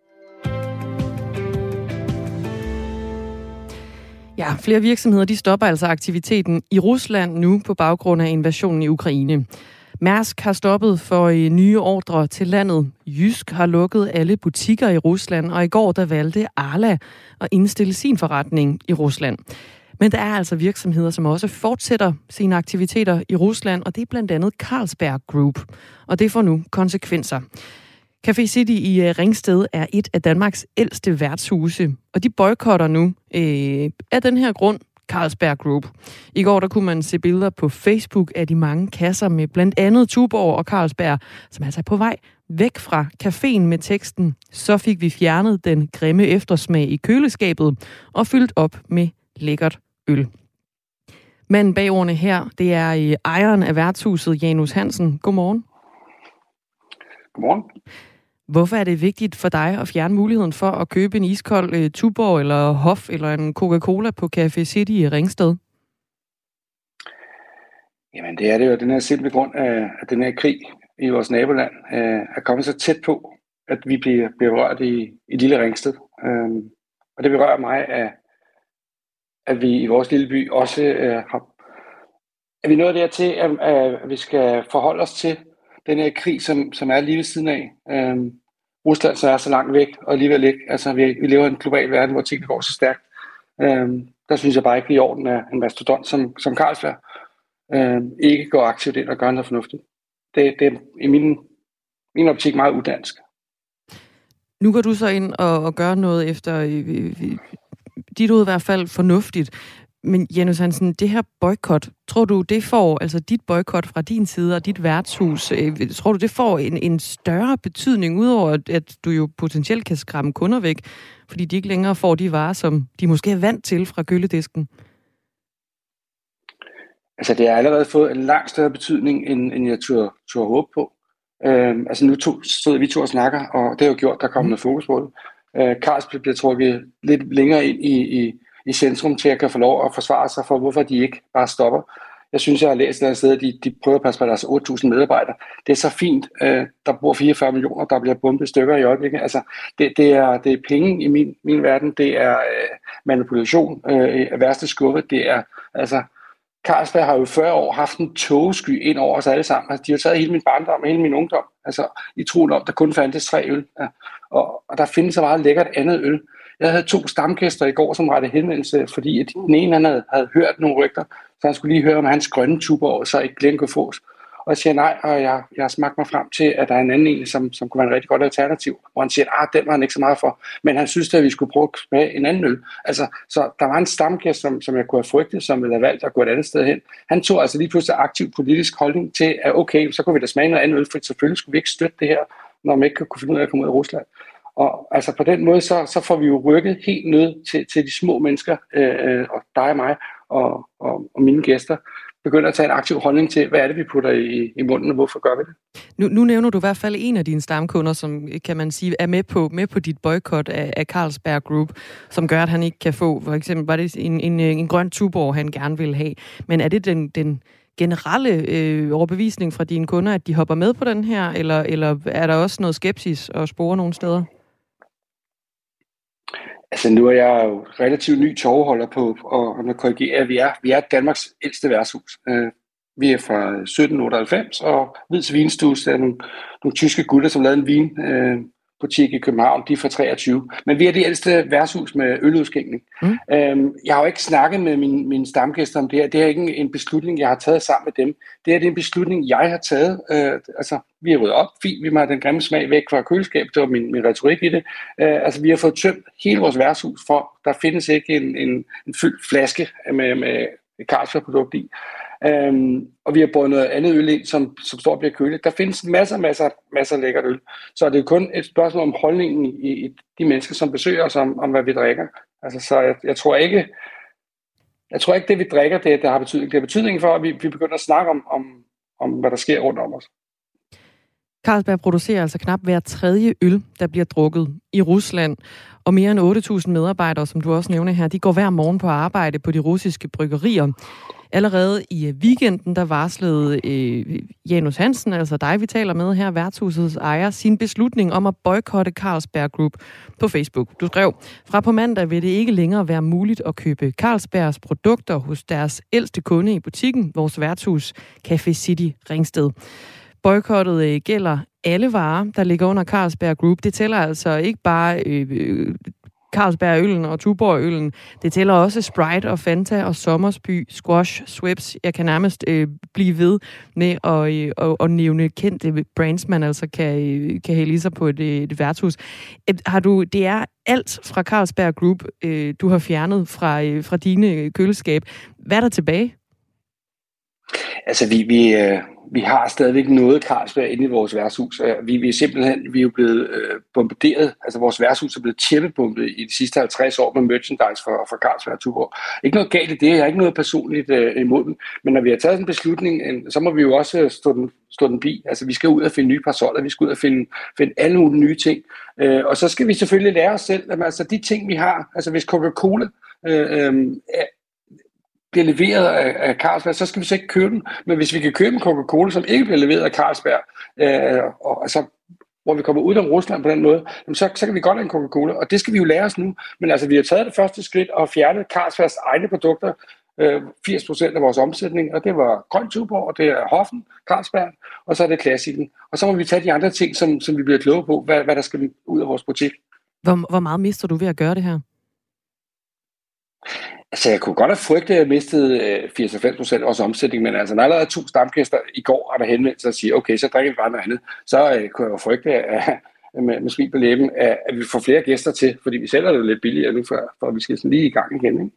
Ja, flere virksomheder de stopper altså aktiviteten i Rusland nu på baggrund af invasionen i Ukraine. Mærsk har stoppet for nye ordre til landet. Jysk har lukket alle butikker i Rusland, og i går der valgte Arla at indstille sin forretning i Rusland. Men der er altså virksomheder, som også fortsætter sine aktiviteter i Rusland, og det er blandt andet Carlsberg Group. Og det får nu konsekvenser. Café City i Ringsted er et af Danmarks ældste værtshuse, og de boykotter nu af den her grund Carlsberg Group. I går der kunne man se billeder på Facebook af de mange kasser med blandt andet Tuborg og Carlsberg, som altså er på vej væk fra caféen med teksten: "Så fik vi fjernet den grimme eftersmag i køleskabet og fyldt op med lækkert øl." Manden bag ordene her, det er ejeren af værtshuset, Janus Hansen. Godmorgen. Godmorgen. Hvorfor er det vigtigt for dig at fjerne muligheden for at købe en iskold Tuborg eller Hof eller en Coca-Cola på Café City i Ringsted? Jamen det er det jo den her simple grund af den her krig i vores naboland er kommet så tæt på, at vi bliver berørt i lille Ringsted. Og det berører mig, at vi i vores lille by også er vi nået dertil, at vi skal forholde os til den her krig, som er lige ved siden af. Rusland så er så langt væk, og alligevel ikke. Altså, vi lever i en global verden, hvor tingene går så stærkt. Der synes jeg bare ikke, vi er i orden af en mastodont som Carlsberg ikke går aktivt ind og gør noget fornuftigt. Det er i min optik meget udansk. Nu går du så ind og gør noget efter dit ud i hvert fald fornuftigt. Men Janus Hansen, det her boykot, tror du, det får, altså dit boykot fra din side og dit værtshus, tror du, det får en større betydning, udover at du jo potentielt kan skræmme kunder væk, fordi de ikke længere får de varer, som de måske er vant til fra køledisken? Altså, det har allerede fået en langt større betydning, end jeg turde håbe på. Altså, nu sidder vi to og snakker, og det har jo gjort, der kommer noget fokus på det. Carlsberg bliver trukket lidt længere ind i centrum til at kan få lov at forsvare sig for, hvorfor de ikke bare stopper. Jeg synes, jeg har læst et sted, at de prøver at passe på deres 8.000 medarbejdere. Det er så fint. Der bor 44 millioner, der bliver bombet stykker i øjeblikket. Altså, det er penge i min verden. Det er manipulation af værste skuffe. Det er altså Carlsberg har jo 40 år haft en togesky ind over os alle sammen. Altså, de har taget hele min barndom og hele min ungdom. Altså, i troen om, der kun fandtes 3 øl. Ja. Og der findes så meget lækkert andet øl. Jeg havde 2 stamgæster i går, som rettede henvendelse, fordi at den ene han havde hørt nogle rygter, så han skulle lige høre om hans grønne Tuborg, så ikke Glen kunne fås. Og jeg siger nej, og jeg har smagt mig frem til, at der er en anden en, som kunne være en rigtig godt alternativ. Og han siger, den var han ikke så meget for. Men han synes, at vi skulle prøve at smage en anden øl. Altså, så der var en stamgæst, som jeg kunne have frygtet, som ville have valgt at gå et andet sted hen. Han tog altså lige pludselig aktiv politisk holdning til, at okay, så kunne vi da smage noget andet øl, for selvfølgelig skulle vi ikke støtte det her, når man ikke kunne finde ud af at komme ud af Rusland. Og altså på den måde, så får vi jo rykket helt ned til de små mennesker, og dig og mig, og mine gæster, begynder at tage en aktiv holdning til, hvad er det, vi putter i munden, og hvorfor gør vi det? Nu nævner du i hvert fald en af dine stamkunder, som kan man sige er med på dit boykot af Carlsberg Group, som gør, at han ikke kan få, for eksempel var det en grøn Tuborg, han gerne vil have. Men er det den generelle overbevisning fra dine kunder, at de hopper med på den her, eller er der også noget skepsis og spore nogle steder? Altså nu er jeg jo relativt ny torveholder på, og man korrigerer, at vi er Danmarks ældste værtshus. Vi er fra 1798, og Hvids Vinstue er nogle tyske gutter, som lavede en vinbutik i København, de er fra 23. Men vi er det ældste værtshus med øludskænkning. Jeg har jo ikke snakket med mine stamgæster om det her. Det er ikke en beslutning, jeg har taget sammen med dem. Det er en beslutning, jeg har taget. Altså, vi har ryddet op. Fint, vi må have den grimme smag væk fra køleskabet. Det var min retorik i det. Altså, vi har fået tømt hele vores værtshus for. Der findes ikke en fyldt flaske med Carlsberg-produkt i. Og vi har båret noget andet øl ind, som står og bliver køligt. Der findes masser af lækkert øl. Så det er kun et spørgsmål om holdningen i de mennesker, som besøger os, om hvad vi drikker. Altså, så jeg tror ikke, det vi drikker, det har betydning. Det har betydning for, at vi begynder at snakke om hvad der sker rundt om os. Carlsberg producerer altså knap hver 3. øl, der bliver drukket i Rusland. Og mere end 8.000 medarbejdere, som du også nævner her, de går hver morgen på arbejde på de russiske bryggerier. Allerede i weekenden, der varslede Janus Hansen, altså dig, vi taler med her, værtshusets ejer, sin beslutning om at boykotte Carlsberg Group på Facebook. Du skrev, fra på mandag vil det ikke længere være muligt at købe Carlsbergs produkter hos deres ældste kunde i butikken, vores værtshus Café City Ringsted. Boykottet gælder alle varer, der ligger under Carlsberg Group. Det tæller altså ikke bare Carlsberg-øllen og Tuborg-øllen. Det tæller også Sprite og Fanta og Sommersby, Squash, Schweppes. Jeg kan nærmest blive ved med at nævne kendte brands, man altså kan hælde i sig på et værtshus. Det er alt fra Carlsberg Group, du har fjernet fra dine køleskab. Hvad er der tilbage? Altså, vi har stadigvæk noget Carlsberg inde i vores værtshus. Vi er jo blevet bombarderet. Altså, vores værtshus er blevet tæppebumpet i de sidste 50 år med merchandise for Carlsberg og Tuborg. Ikke noget galt i det. Jeg har ikke noget personligt imod dem. Men når vi har taget en beslutning, så må vi jo også stå den bi. Altså, vi skal ud og finde nye parasoller. Vi skal ud og finde alle nogle nye ting. Og så skal vi selvfølgelig lære os selv, at altså, de ting, vi har, altså hvis Coca-Cola bliver leveret af Carlsberg, så skal vi så ikke købe den. Men hvis vi kan købe en Coca-Cola, som ikke bliver leveret af Carlsberg, og altså, hvor vi kommer ud af Rusland på den måde, så kan vi godt have en Coca-Cola, og det skal vi jo lære os nu. Men altså, vi har taget det første skridt og fjernet Carlsbergs egne produkter, 80% af vores omsætning, og det var Grøn Tuborg, og det er Hoffen, Carlsberg, og så er det Klassikken. Og så må vi tage de andre ting, som vi bliver kloge på, hvad der skal ud af vores butik. Hvor meget mister du ved at gøre det her? Altså, jeg kunne godt have frygtet, at jeg mistede 80-90% af vores omsætning, men altså, når allerede 2 stamgæster i går har der henvendt sig og siger, okay, så drikker vi bare noget andet, så kunne jeg jo frygte, med smil på læben, at vi får flere gæster til, fordi vi sælger det lidt billigere nu, for vi skal sådan lige i gang igen, ikke?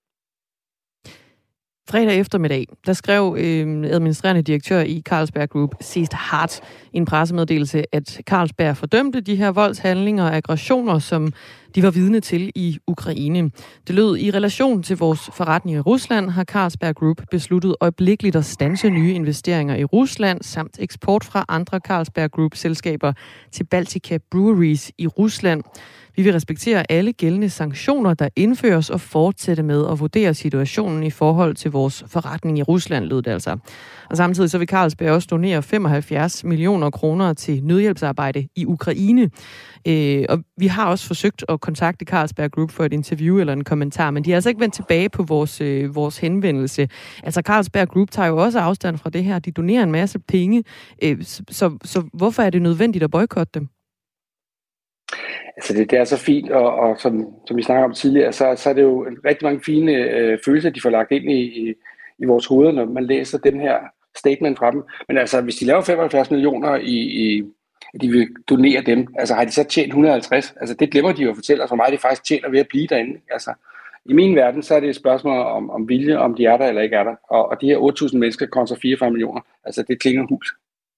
Fredag eftermiddag, der skrev administrerende direktør i Carlsberg Group, Cees Hart, i en pressemeddelelse, at Carlsberg fordømte de her voldshandlinger og aggressioner, som de var vidne til i Ukraine. Det lød, i relation til vores forretning i Rusland, har Carlsberg Group besluttet øjeblikkeligt at standse nye investeringer i Rusland, samt eksport fra andre Carlsberg Group-selskaber til Baltica Breweries i Rusland. Vi vil respektere alle gældende sanktioner, der indføres, og fortsætte med at vurdere situationen i forhold til vores forretning i Rusland, lød det altså. Og samtidig så vil Carlsberg også donere 75 millioner kroner til nødhjælpsarbejde i Ukraine. Og vi har også forsøgt at at kontakte Carlsberg Group for et interview eller en kommentar, men de har altså ikke vendt tilbage på vores henvendelse. Altså Carlsberg Group tager jo også afstand fra det her. De donerer en masse penge, så hvorfor er det nødvendigt at boykotte dem? Altså det er så fint, og som vi snakker om tidligere, så er det jo rigtig mange fine følelser, de får lagt ind i vores hoveder, når man læser den her statement fra dem. Men altså, hvis de laver 75 millioner de vil donere dem, altså har de så tjent 150? Altså det glemmer de jo at fortælle os, hvor meget de faktisk tjener ved at blive derinde. Altså, i min verden, så er det et spørgsmål om vilje, om de er der eller ikke er der. Og de her 8.000 mennesker koster 44 millioner. Altså det klinger hult.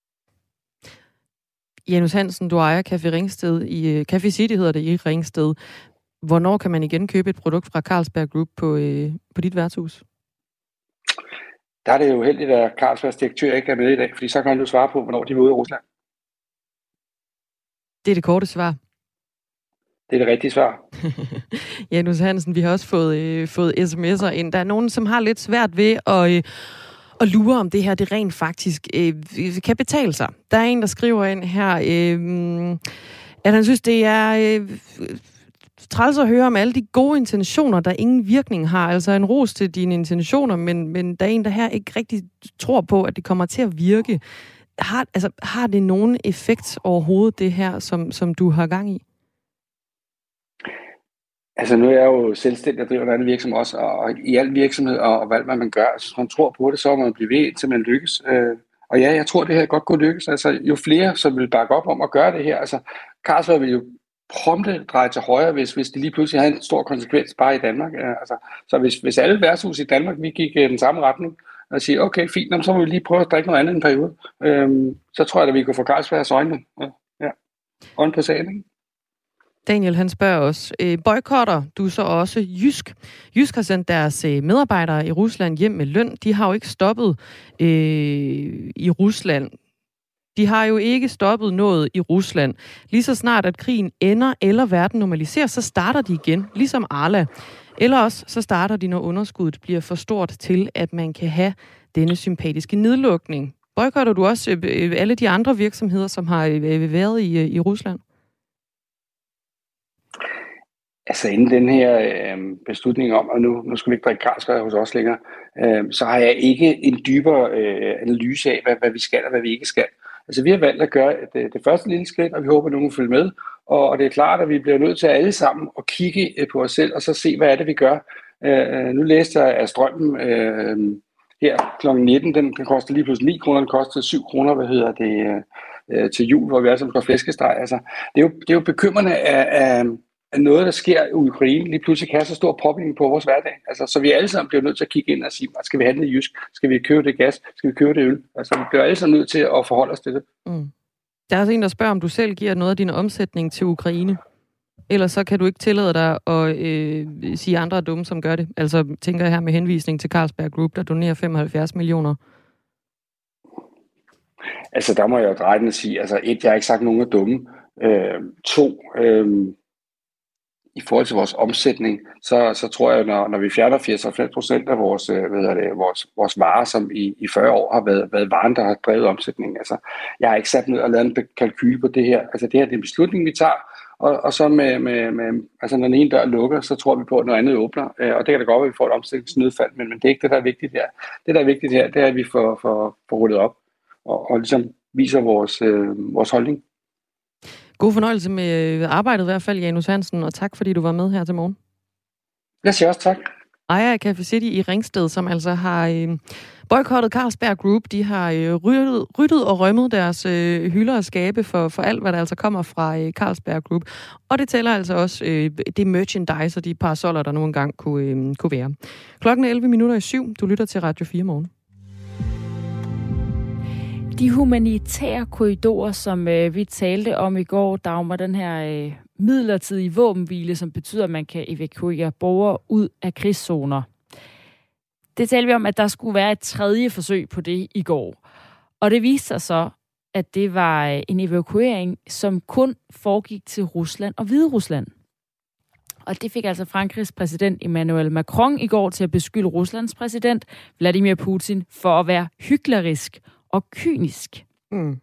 Janus Hansen, du ejer Café Ringsted Café City hedder det i Ringsted. Hvornår kan man igen købe et produkt fra Carlsberg Group på dit værtshus? Der er det jo heldigt, at Carlsbergs direktør ikke er med i dag, fordi så kan du svare på, hvornår de er ude i Rusland. Det er det korte svar. Det er det rigtige svar. Janus Hansen, vi har også fået sms'er ind. Der er nogen, som har lidt svært ved at lure, om det her det rent faktisk kan betale sig. Der er en, der skriver ind her, at han synes, det er træls at høre om alle de gode intentioner, der ingen virkning har. Altså en ros til dine intentioner, men der er en, der her ikke rigtig tror på, at det kommer til at virke. Har det nogen effekt overhovedet, det her, som du har gang i? Altså nu er jeg jo selvstændig og driver en anden virksomhed også, og i al virksomhed og hvad man gør, altså, hvis man tror på det, så må man blive ved, indtil man lykkes. Og ja, jeg tror, det her godt kunne lykkes. Altså jo flere, som vil bakke op om at gøre det her, altså Carlsberg vil jo prompte dreje til højre, hvis de lige pludselig havde en stor konsekvens bare i Danmark. Altså, så hvis alle værtshus i Danmark, vi gik i den samme retning, og siger, okay, fint, så må vi lige prøve at drikke noget andet en periode, så tror jeg, at vi kunne få Carlsbergs øjne. Ja. Ånd på sagen, ikke? Daniel, han spørger os, boykotter du så også Jysk? Jysk har sendt deres medarbejdere i Rusland hjem med løn. De har jo ikke stoppet i Rusland. De har jo ikke stoppet noget i Rusland. Lige så snart, at krigen ender eller verden normaliserer, så starter de igen, ligesom Arla. Eller også, så starter de, når underskuddet bliver for stort til, at man kan have denne sympatiske nedlukning. Boykotter du også alle de andre virksomheder, som har været i Rusland? Altså inden den her beslutning om, og nu skal vi ikke drikke Carlsberg hos os længere, så har jeg ikke en dybere analyse af, hvad vi skal og hvad vi ikke skal. Altså vi har valgt at gøre det første lille skridt, og vi håber, at nogen vil følge med. Og det er klart, at vi bliver nødt til alle sammen at kigge på os selv, og så se, hvad er det, vi gør. Nu læste jeg, at strømmen her kl. 19, den koster lige pludselig 9 kroner, den koster 7 kroner, til jul, hvor vi er som på flæskesteg. Altså, det er jo bekymrende af noget, der sker i Ukraine, lige pludselig kan have så stor påvirkning på vores hverdag. Altså, så vi alle sammen bliver nødt til at kigge ind og sige, skal vi handle i Jysk? Skal vi købe det gas? Skal vi købe det øl? Altså, vi bliver alle sammen nødt til at forholde os til det. Mm. Der er også en, der spørger, om du selv giver noget af din omsætning til Ukraine. Ellers så kan du ikke tillade dig at sige andre er dumme, som gør det. Altså, tænker jeg her med henvisning til Carlsberg Group, der donerer 75 millioner. Altså, der må jeg jo dreje den og sige, altså, jeg har ikke sagt, nogen er dumme. 2, i forhold til vores omsætning, så tror jeg, når vi fjerner 80-90% af vores varer, som i 40 år har været varen, der har drevet omsætningen. Altså, jeg har ikke sat ned og lavet en kalkyl på det her. Altså, det her det er en beslutning, vi tager, og så altså, når den ene dør lukker, så tror vi på, at noget andet åbner. Og det kan da godt være, at vi får et omsætningsnedfald, men det er ikke det, der er vigtigt her. Det, der er vigtigt her, det er, at vi får rullet op og ligesom viser vores holdning. God fornøjelse med arbejdet i hvert fald, Janus Hansen, og tak fordi du var med her til morgen. Jeg siger også tak. Ejer af Café City i Ringsted, som altså har boykottet Carlsberg Group. De har ryddet og rømmet deres hylder og skabe for alt, hvad der altså kommer fra Carlsberg Group. Og det tæller altså også det merchandise og de parasoller, der nu engang kunne være. Klokken er 7:11. Du lytter til Radio 4 morgen. De humanitære korridorer, som vi talte om i går, Dagmar, den her midlertidige våbenhvile, som betyder, at man kan evakuere borgere ud af krigszoner. Det talte vi om, at der skulle være et tredje forsøg på det i går. Og det viste sig så, at det var en evakuering, som kun foregik til Rusland og Hviderusland. Og det fik altså Frankrigs præsident Emmanuel Macron i går til at beskylde Ruslands præsident Vladimir Putin for at være hyklerisk og kynisk. Mm.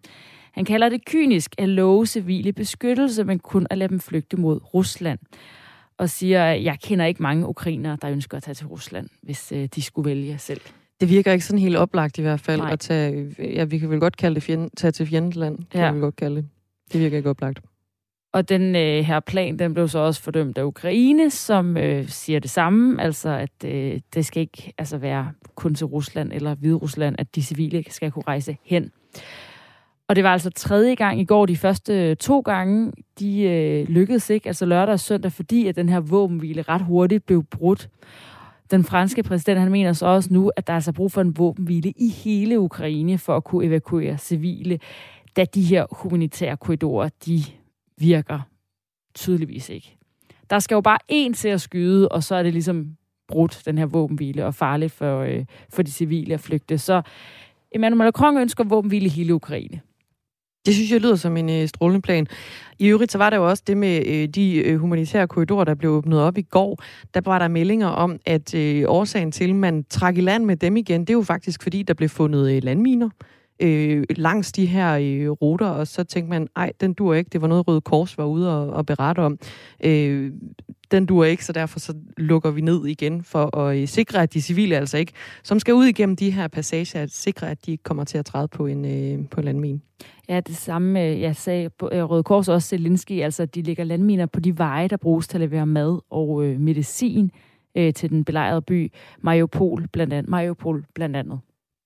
Han kalder det kynisk at love civile beskyttelse, men kun at lade dem flygte mod Rusland. Og siger, at jeg kender ikke mange ukrainere, der ønsker at tage til Rusland, hvis de skulle vælge selv. Det virker ikke sådan helt oplagt i hvert fald at tage, vi kan vel godt kalde det tage til fjendeland, kan vi godt kalde det. Det virker ikke oplagt. Og den her plan, den blev så også fordømt af Ukraine, som siger det samme, altså at det skal ikke være kun til Rusland eller Hviderusland, at de civile skal kunne rejse hen. Og det var altså tredje gang i går. De første 2 gange, de lykkedes ikke, altså lørdag og søndag, fordi at den her våbenhvile ret hurtigt blev brudt. Den franske præsident, han mener så også nu, at der er altså brug for en våbenhvile i hele Ukraine for at kunne evakuere civile, da de her humanitære korridorer, de virker tydeligvis ikke. Der skal jo bare én til at skyde, og så er det ligesom brudt, den her våbenhvile, og farligt for de civile at flygte. Så Emmanuel Macron ønsker våbenhvile i hele Ukraine. Det synes jeg lyder som en strålende plan. I øvrigt så var der jo også det med de humanitære korridorer, der blev åbnet op i går. Der var der meldinger om, at årsagen til, at man trak i land med dem igen, det er jo faktisk fordi, der blev fundet landminer langs de her ruter, og så tænkte man, ej, den dur ikke. Det var noget Røde Kors var ude og berette om. Den dur ikke, så derfor så lukker vi ned igen for at sikre, at de civile altså ikke, som skal ud igennem de her passager, at sikre, at de ikke kommer til at træde på en landmine. Ja, det samme, jeg sagde Røde Kors også Zelensky, altså at de lægger landminer på de veje, der bruges til at levere mad og medicin til den belejrede by Mariupol blandt andet.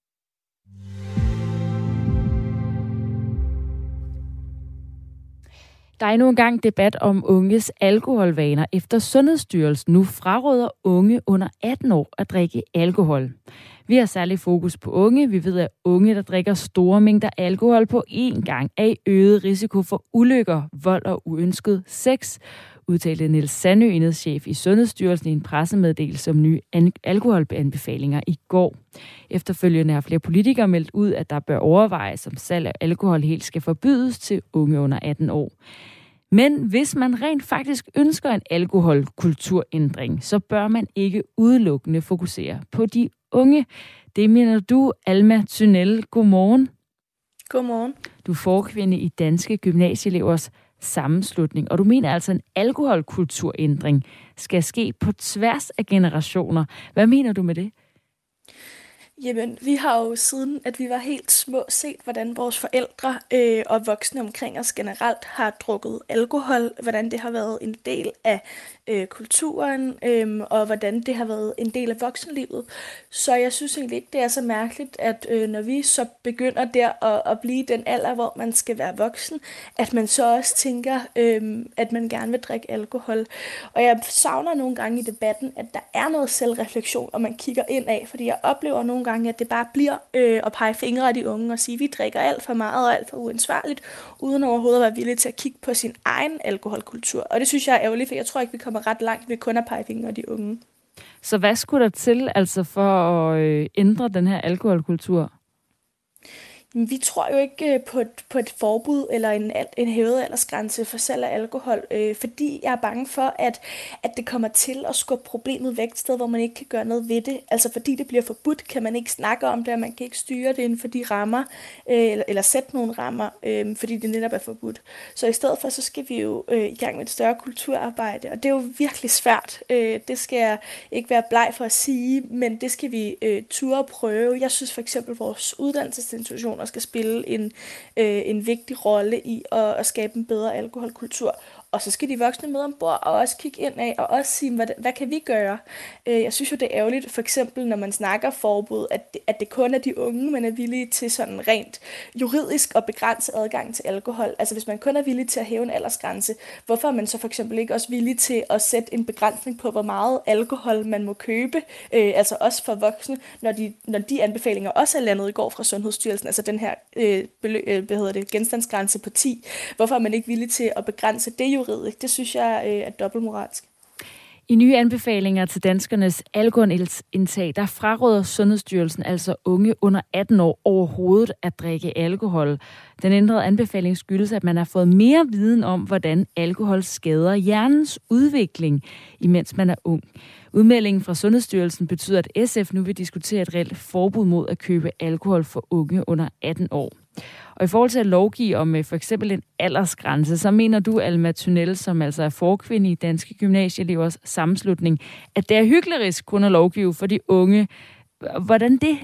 Der er endnu engang debat om unges alkoholvaner, efter Sundhedsstyrelsen nu fraråder unge under 18 år at drikke alkohol. Vi har særlig fokus på unge. Vi ved, at unge, der drikker store mængder alkohol på én gang, er i øget risiko for ulykker, vold og uønsket sex, udtalte Niels Sandø, enhedschef i Sundhedsstyrelsen, i en pressemeddelelse om nye alkoholanbefalinger i går. Efterfølgende har flere politikere meldt ud, at der bør overvejes, om salg af alkohol helt skal forbydes til unge under 18 år. Men hvis man rent faktisk ønsker en alkoholkulturændring, så bør man ikke udelukkende fokusere på de unge. Det mener du, Alma Thynel. Godmorgen. Godmorgen. Du er forkvinde i Danske Gymnasieelevers Sammenslutning, og du mener altså, en alkoholkulturændring skal ske på tværs af generationer. Hvad mener du med det? Jamen, vi har jo siden, at vi var helt små, set, hvordan vores forældre og voksne omkring os generelt har drukket alkohol, hvordan det har været en del af kulturen, og hvordan det har været en del af voksenlivet. Så jeg synes egentlig ikke, det er så mærkeligt, at når vi så begynder der at blive den alder, hvor man skal være voksen, at man så også tænker, at man gerne vil drikke alkohol. Og jeg savner nogle gange i debatten, at der er noget selvreflektion, og man kigger ind af, fordi jeg oplever nogle gange, at det bare bliver at pege fingre af de unge og sige, at vi drikker alt for meget og alt for uansvarligt, uden overhovedet at være villige til at kigge på sin egen alkoholkultur. Og det synes jeg er ærgerligt, for jeg tror ikke, vi kommer ret langt ved kun at pege fingre af de unge. Så hvad skulle der til altså for at ændre den her alkoholkultur? Vi tror jo ikke på et forbud eller en hævet aldersgrænse for salg af alkohol, fordi jeg er bange for, at det kommer til at skubbe problemet væk et sted, hvor man ikke kan gøre noget ved det. Altså fordi det bliver forbudt, kan man ikke snakke om det, og man kan ikke styre det inden for de rammer, eller sætte nogle rammer, fordi det netop er forbudt. Så i stedet for, så skal vi jo i gang med et større kulturarbejde, og det er jo virkelig svært. Det skal jeg ikke være bleg for at sige, men det skal vi turde prøve. Jeg synes for eksempel, vores uddannelsesinstitutioner skal spille en vigtig rolle i at skabe en bedre alkoholkultur. Og så skal de voksne med ombord og også kigge ind af og også sige, hvad kan vi gøre? Jeg synes jo, det er ærgerligt, for eksempel når man snakker forbud, at det kun er de unge, man er villige til sådan rent juridisk at begrænse adgang til alkohol. Altså hvis man kun er villig til at hæve en aldersgrænse, hvorfor er man så for eksempel ikke også villig til at sætte en begrænsning på, hvor meget alkohol man må købe? Altså også for voksne, når de anbefalinger også er landet i går fra Sundhedsstyrelsen, altså den her genstandsgrænse på 10. Hvorfor er man ikke villig til at begrænse det juridisk? Det synes jeg er dobbeltmoralsk. I nye anbefalinger til danskernes alkoholindtag, der fraråder Sundhedsstyrelsen altså unge under 18 år overhovedet at drikke alkohol. Den ændrede anbefaling skyldes, at man har fået mere viden om, hvordan alkohol skader hjernens udvikling, imens man er ung. Udmeldingen fra Sundhedsstyrelsen betyder, at SF nu vil diskutere et reelt forbud mod at købe alkohol for unge under 18 år. Og i forhold til at lovgive om for eksempel en aldersgrænse, så mener du, Alma Tynell, som altså er forkvinde i Danske Gymnasieelevers Sammenslutning, at det er hyklerisk kun at lovgive for de unge. Hvordan det?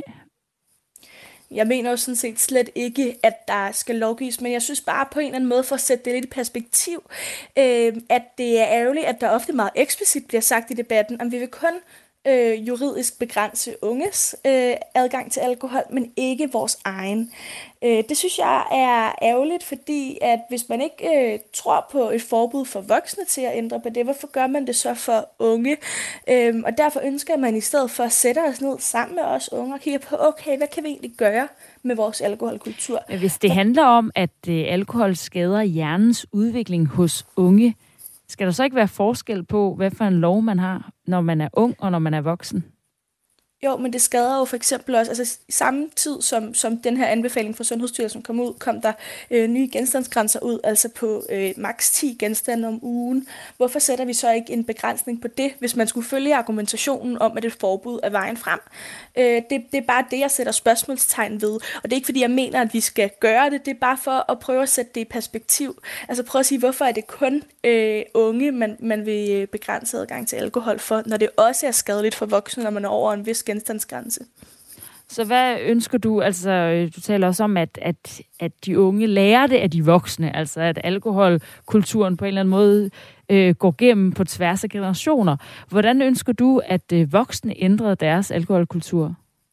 Jeg mener jo sådan set slet ikke, at der skal lovgives, men jeg synes bare på en eller anden måde, for at sætte det lidt i perspektiv, at det er ærgerligt, at der ofte meget eksplicit bliver sagt i debatten, om vi vil kun juridisk begrænse unges adgang til alkohol, men ikke vores egen. Det synes jeg er ærgerligt, fordi at hvis man ikke tror på et forbud for voksne til at ændre på det, hvorfor gør man det så for unge? Og derfor ønsker man i stedet for at sætte os ned sammen med os unge og kigge på, okay, hvad kan vi egentlig gøre med vores alkoholkultur? Hvis det handler om, at alkohol skader hjernens udvikling hos unge, skal der så ikke være forskel på, hvad for en lov man har, når man er ung og når man er voksen? Jo, men det skader jo for eksempel også, altså i samme tid som den her anbefaling fra Sundhedsstyrelsen kom ud, kom der nye genstandsgrænser ud, altså på maks 10 genstande om ugen. Hvorfor sætter vi så ikke en begrænsning på det, hvis man skulle følge argumentationen om, at et forbud er vejen frem? Det er bare det, jeg sætter spørgsmålstegn ved, og det er ikke fordi, jeg mener, at vi skal gøre det, det er bare for at prøve at sætte det i perspektiv. Altså prøve at sige, hvorfor er det kun unge, man vil begrænse adgang til alkohol for, når det også er skadeligt for voksne, når man er over en vis genstandsgrænse. Så hvad ønsker du? Altså, du taler også om, at de unge lærer det af de voksne, altså at alkoholkulturen på en eller anden måde går gennem på tværs af generationer. Hvordan ønsker du, at voksne ændrer deres alkoholkultur?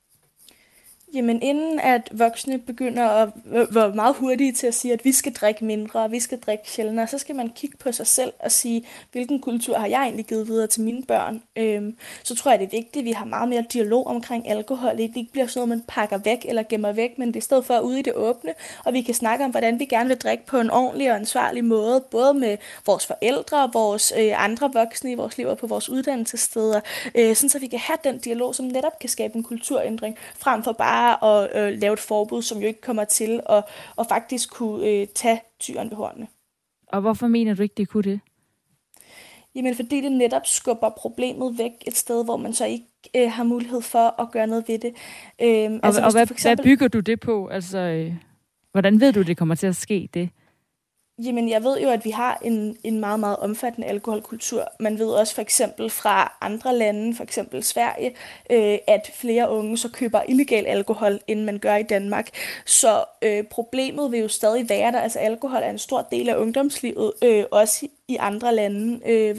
Jamen inden at voksne begynder at være meget hurtige til at sige, at vi skal drikke mindre, og vi skal drikke sjældnere, så skal man kigge på sig selv og sige, hvilken kultur har jeg egentlig givet videre til mine børn. Så tror jeg, det er vigtigt, at vi har meget mere dialog omkring alkohol. Det ikke bliver sådan noget, man pakker væk eller gemmer væk, men det er i stedet for ude i det åbne, og vi kan snakke om, hvordan vi gerne vil drikke på en ordentlig og ansvarlig måde, både med vores forældre og vores andre voksne i vores liv og på vores uddannelsessteder, sådan så vi kan have den dialog, som netop kan skabe en kulturændring, frem for bare at lave et forbud, som jo ikke kommer til at faktisk kunne tage tyren ved hornene. Og hvorfor mener du ikke, det kunne det? Jamen, fordi det netop skubber problemet væk et sted, hvor man så ikke har mulighed for at gøre noget ved det. Hvad bygger du det på? Altså, hvordan ved du, det kommer til at ske, det? Jamen, jeg ved jo, at vi har en meget, meget omfattende alkoholkultur. Man ved også for eksempel fra andre lande, for eksempel Sverige, at flere unge så køber illegal alkohol, end man gør i Danmark. Så problemet vil jo stadig være der. Altså, alkohol er en stor del af ungdomslivet, også i andre lande,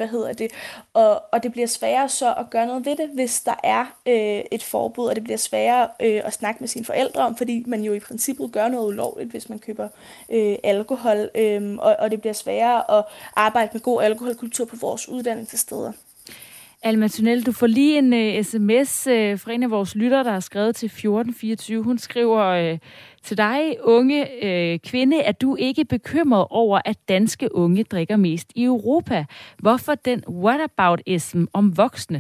og det bliver sværere så at gøre noget ved det, hvis der er et forbud, og det bliver sværere at snakke med sine forældre om, fordi man jo i princippet gør noget ulovligt, hvis man køber alkohol, og det bliver sværere at arbejde med god alkoholkultur på vores uddannelsessteder. Alma Tynell, du får lige en sms fra en af vores lyttere, der har skrevet til 1424. Hun skriver til dig, unge kvinde, at du ikke er bekymret over, at danske unge drikker mest i Europa. Hvorfor den whataboutism om voksne?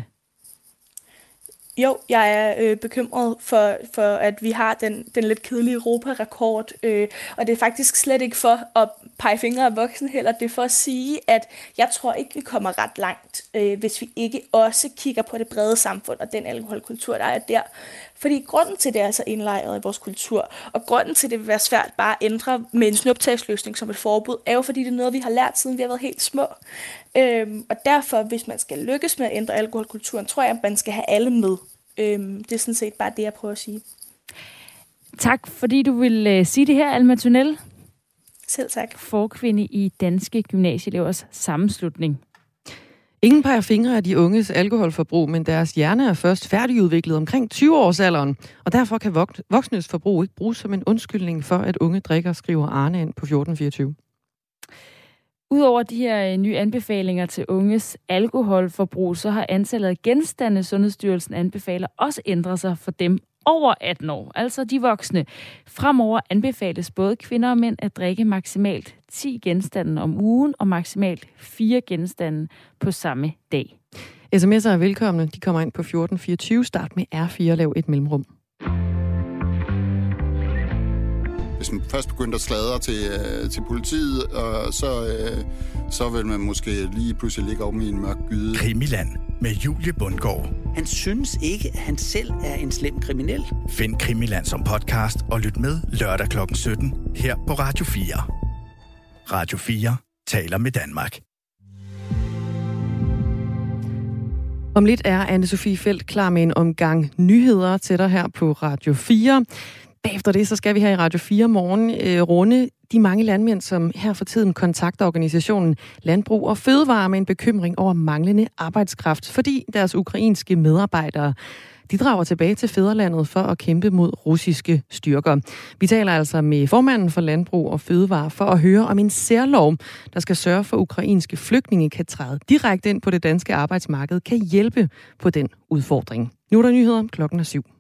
Jo, jeg er bekymret for, at vi har den lidt kedelige Europa-rekord, og det er faktisk slet ikke for at pege fingre af voksne heller. Det er for at sige, at jeg tror ikke, vi kommer ret langt, hvis vi ikke også kigger på det brede samfund og den alkoholkultur, der er der. Fordi grunden til, det er så indlejret i vores kultur, og grunden til, det vil være svært bare at ændre med en snuptagsløsning som et forbud, er jo fordi, det er noget, vi har lært, siden vi har været helt små. Og derfor, hvis man skal lykkes med at ændre alkoholkulturen, tror jeg, at man skal have alle med. Det er sådan set bare det, jeg prøver at sige. Tak, fordi du vil sige det her, Alma Tynell. Selv tak. Forkvinde i Danske Gymnasieelevers Sammenslutning. Ingen peger fingre af de unges alkoholforbrug, men deres hjerne er først færdigudviklet omkring 20-årsalderen, og derfor kan voksnes forbrug ikke bruges som en undskyldning for, at unge drikker, skriver Arne ind på 1424. Udover de her nye anbefalinger til unges alkoholforbrug, så har antallet af genstande, Sundhedsstyrelsen anbefaler, også ændret sig for dem over 18 år, altså de voksne. Fremover anbefales både kvinder og mænd at drikke maksimalt 10 genstande om ugen og maksimalt 4 genstande på samme dag. SMS'er er velkomne. De kommer ind på 1424. Start med R4, lav et mellemrum. hvis man først begyndte at sladre til politiet, og så vil man måske lige pludselig ligge om i en mørk gyde. Krimiland med Julie Bundgaard. Han synes ikke, at han selv er en slem kriminel. Find Krimiland som podcast og lyt med lørdag kl. 17 her på Radio 4. Radio 4 taler med Danmark. Om lidt er Anne-Sophie Feldt klar med en omgang nyheder til dig her på Radio 4. Bagefter det, så skal vi her i Radio 4 morgen runde de mange landmænd, som her for tiden kontakter organisationen Landbrug og Fødevare med en bekymring over manglende arbejdskraft, fordi deres ukrainske medarbejdere de drager tilbage til fædrelandet for at kæmpe mod russiske styrker. Vi taler altså med formanden for Landbrug og Fødevare for at høre om en særlov, der skal sørge for, at ukrainske flygtninge kan træde direkte ind på det danske arbejdsmarked, kan hjælpe på den udfordring. Nu er der nyheder, klokken er 7.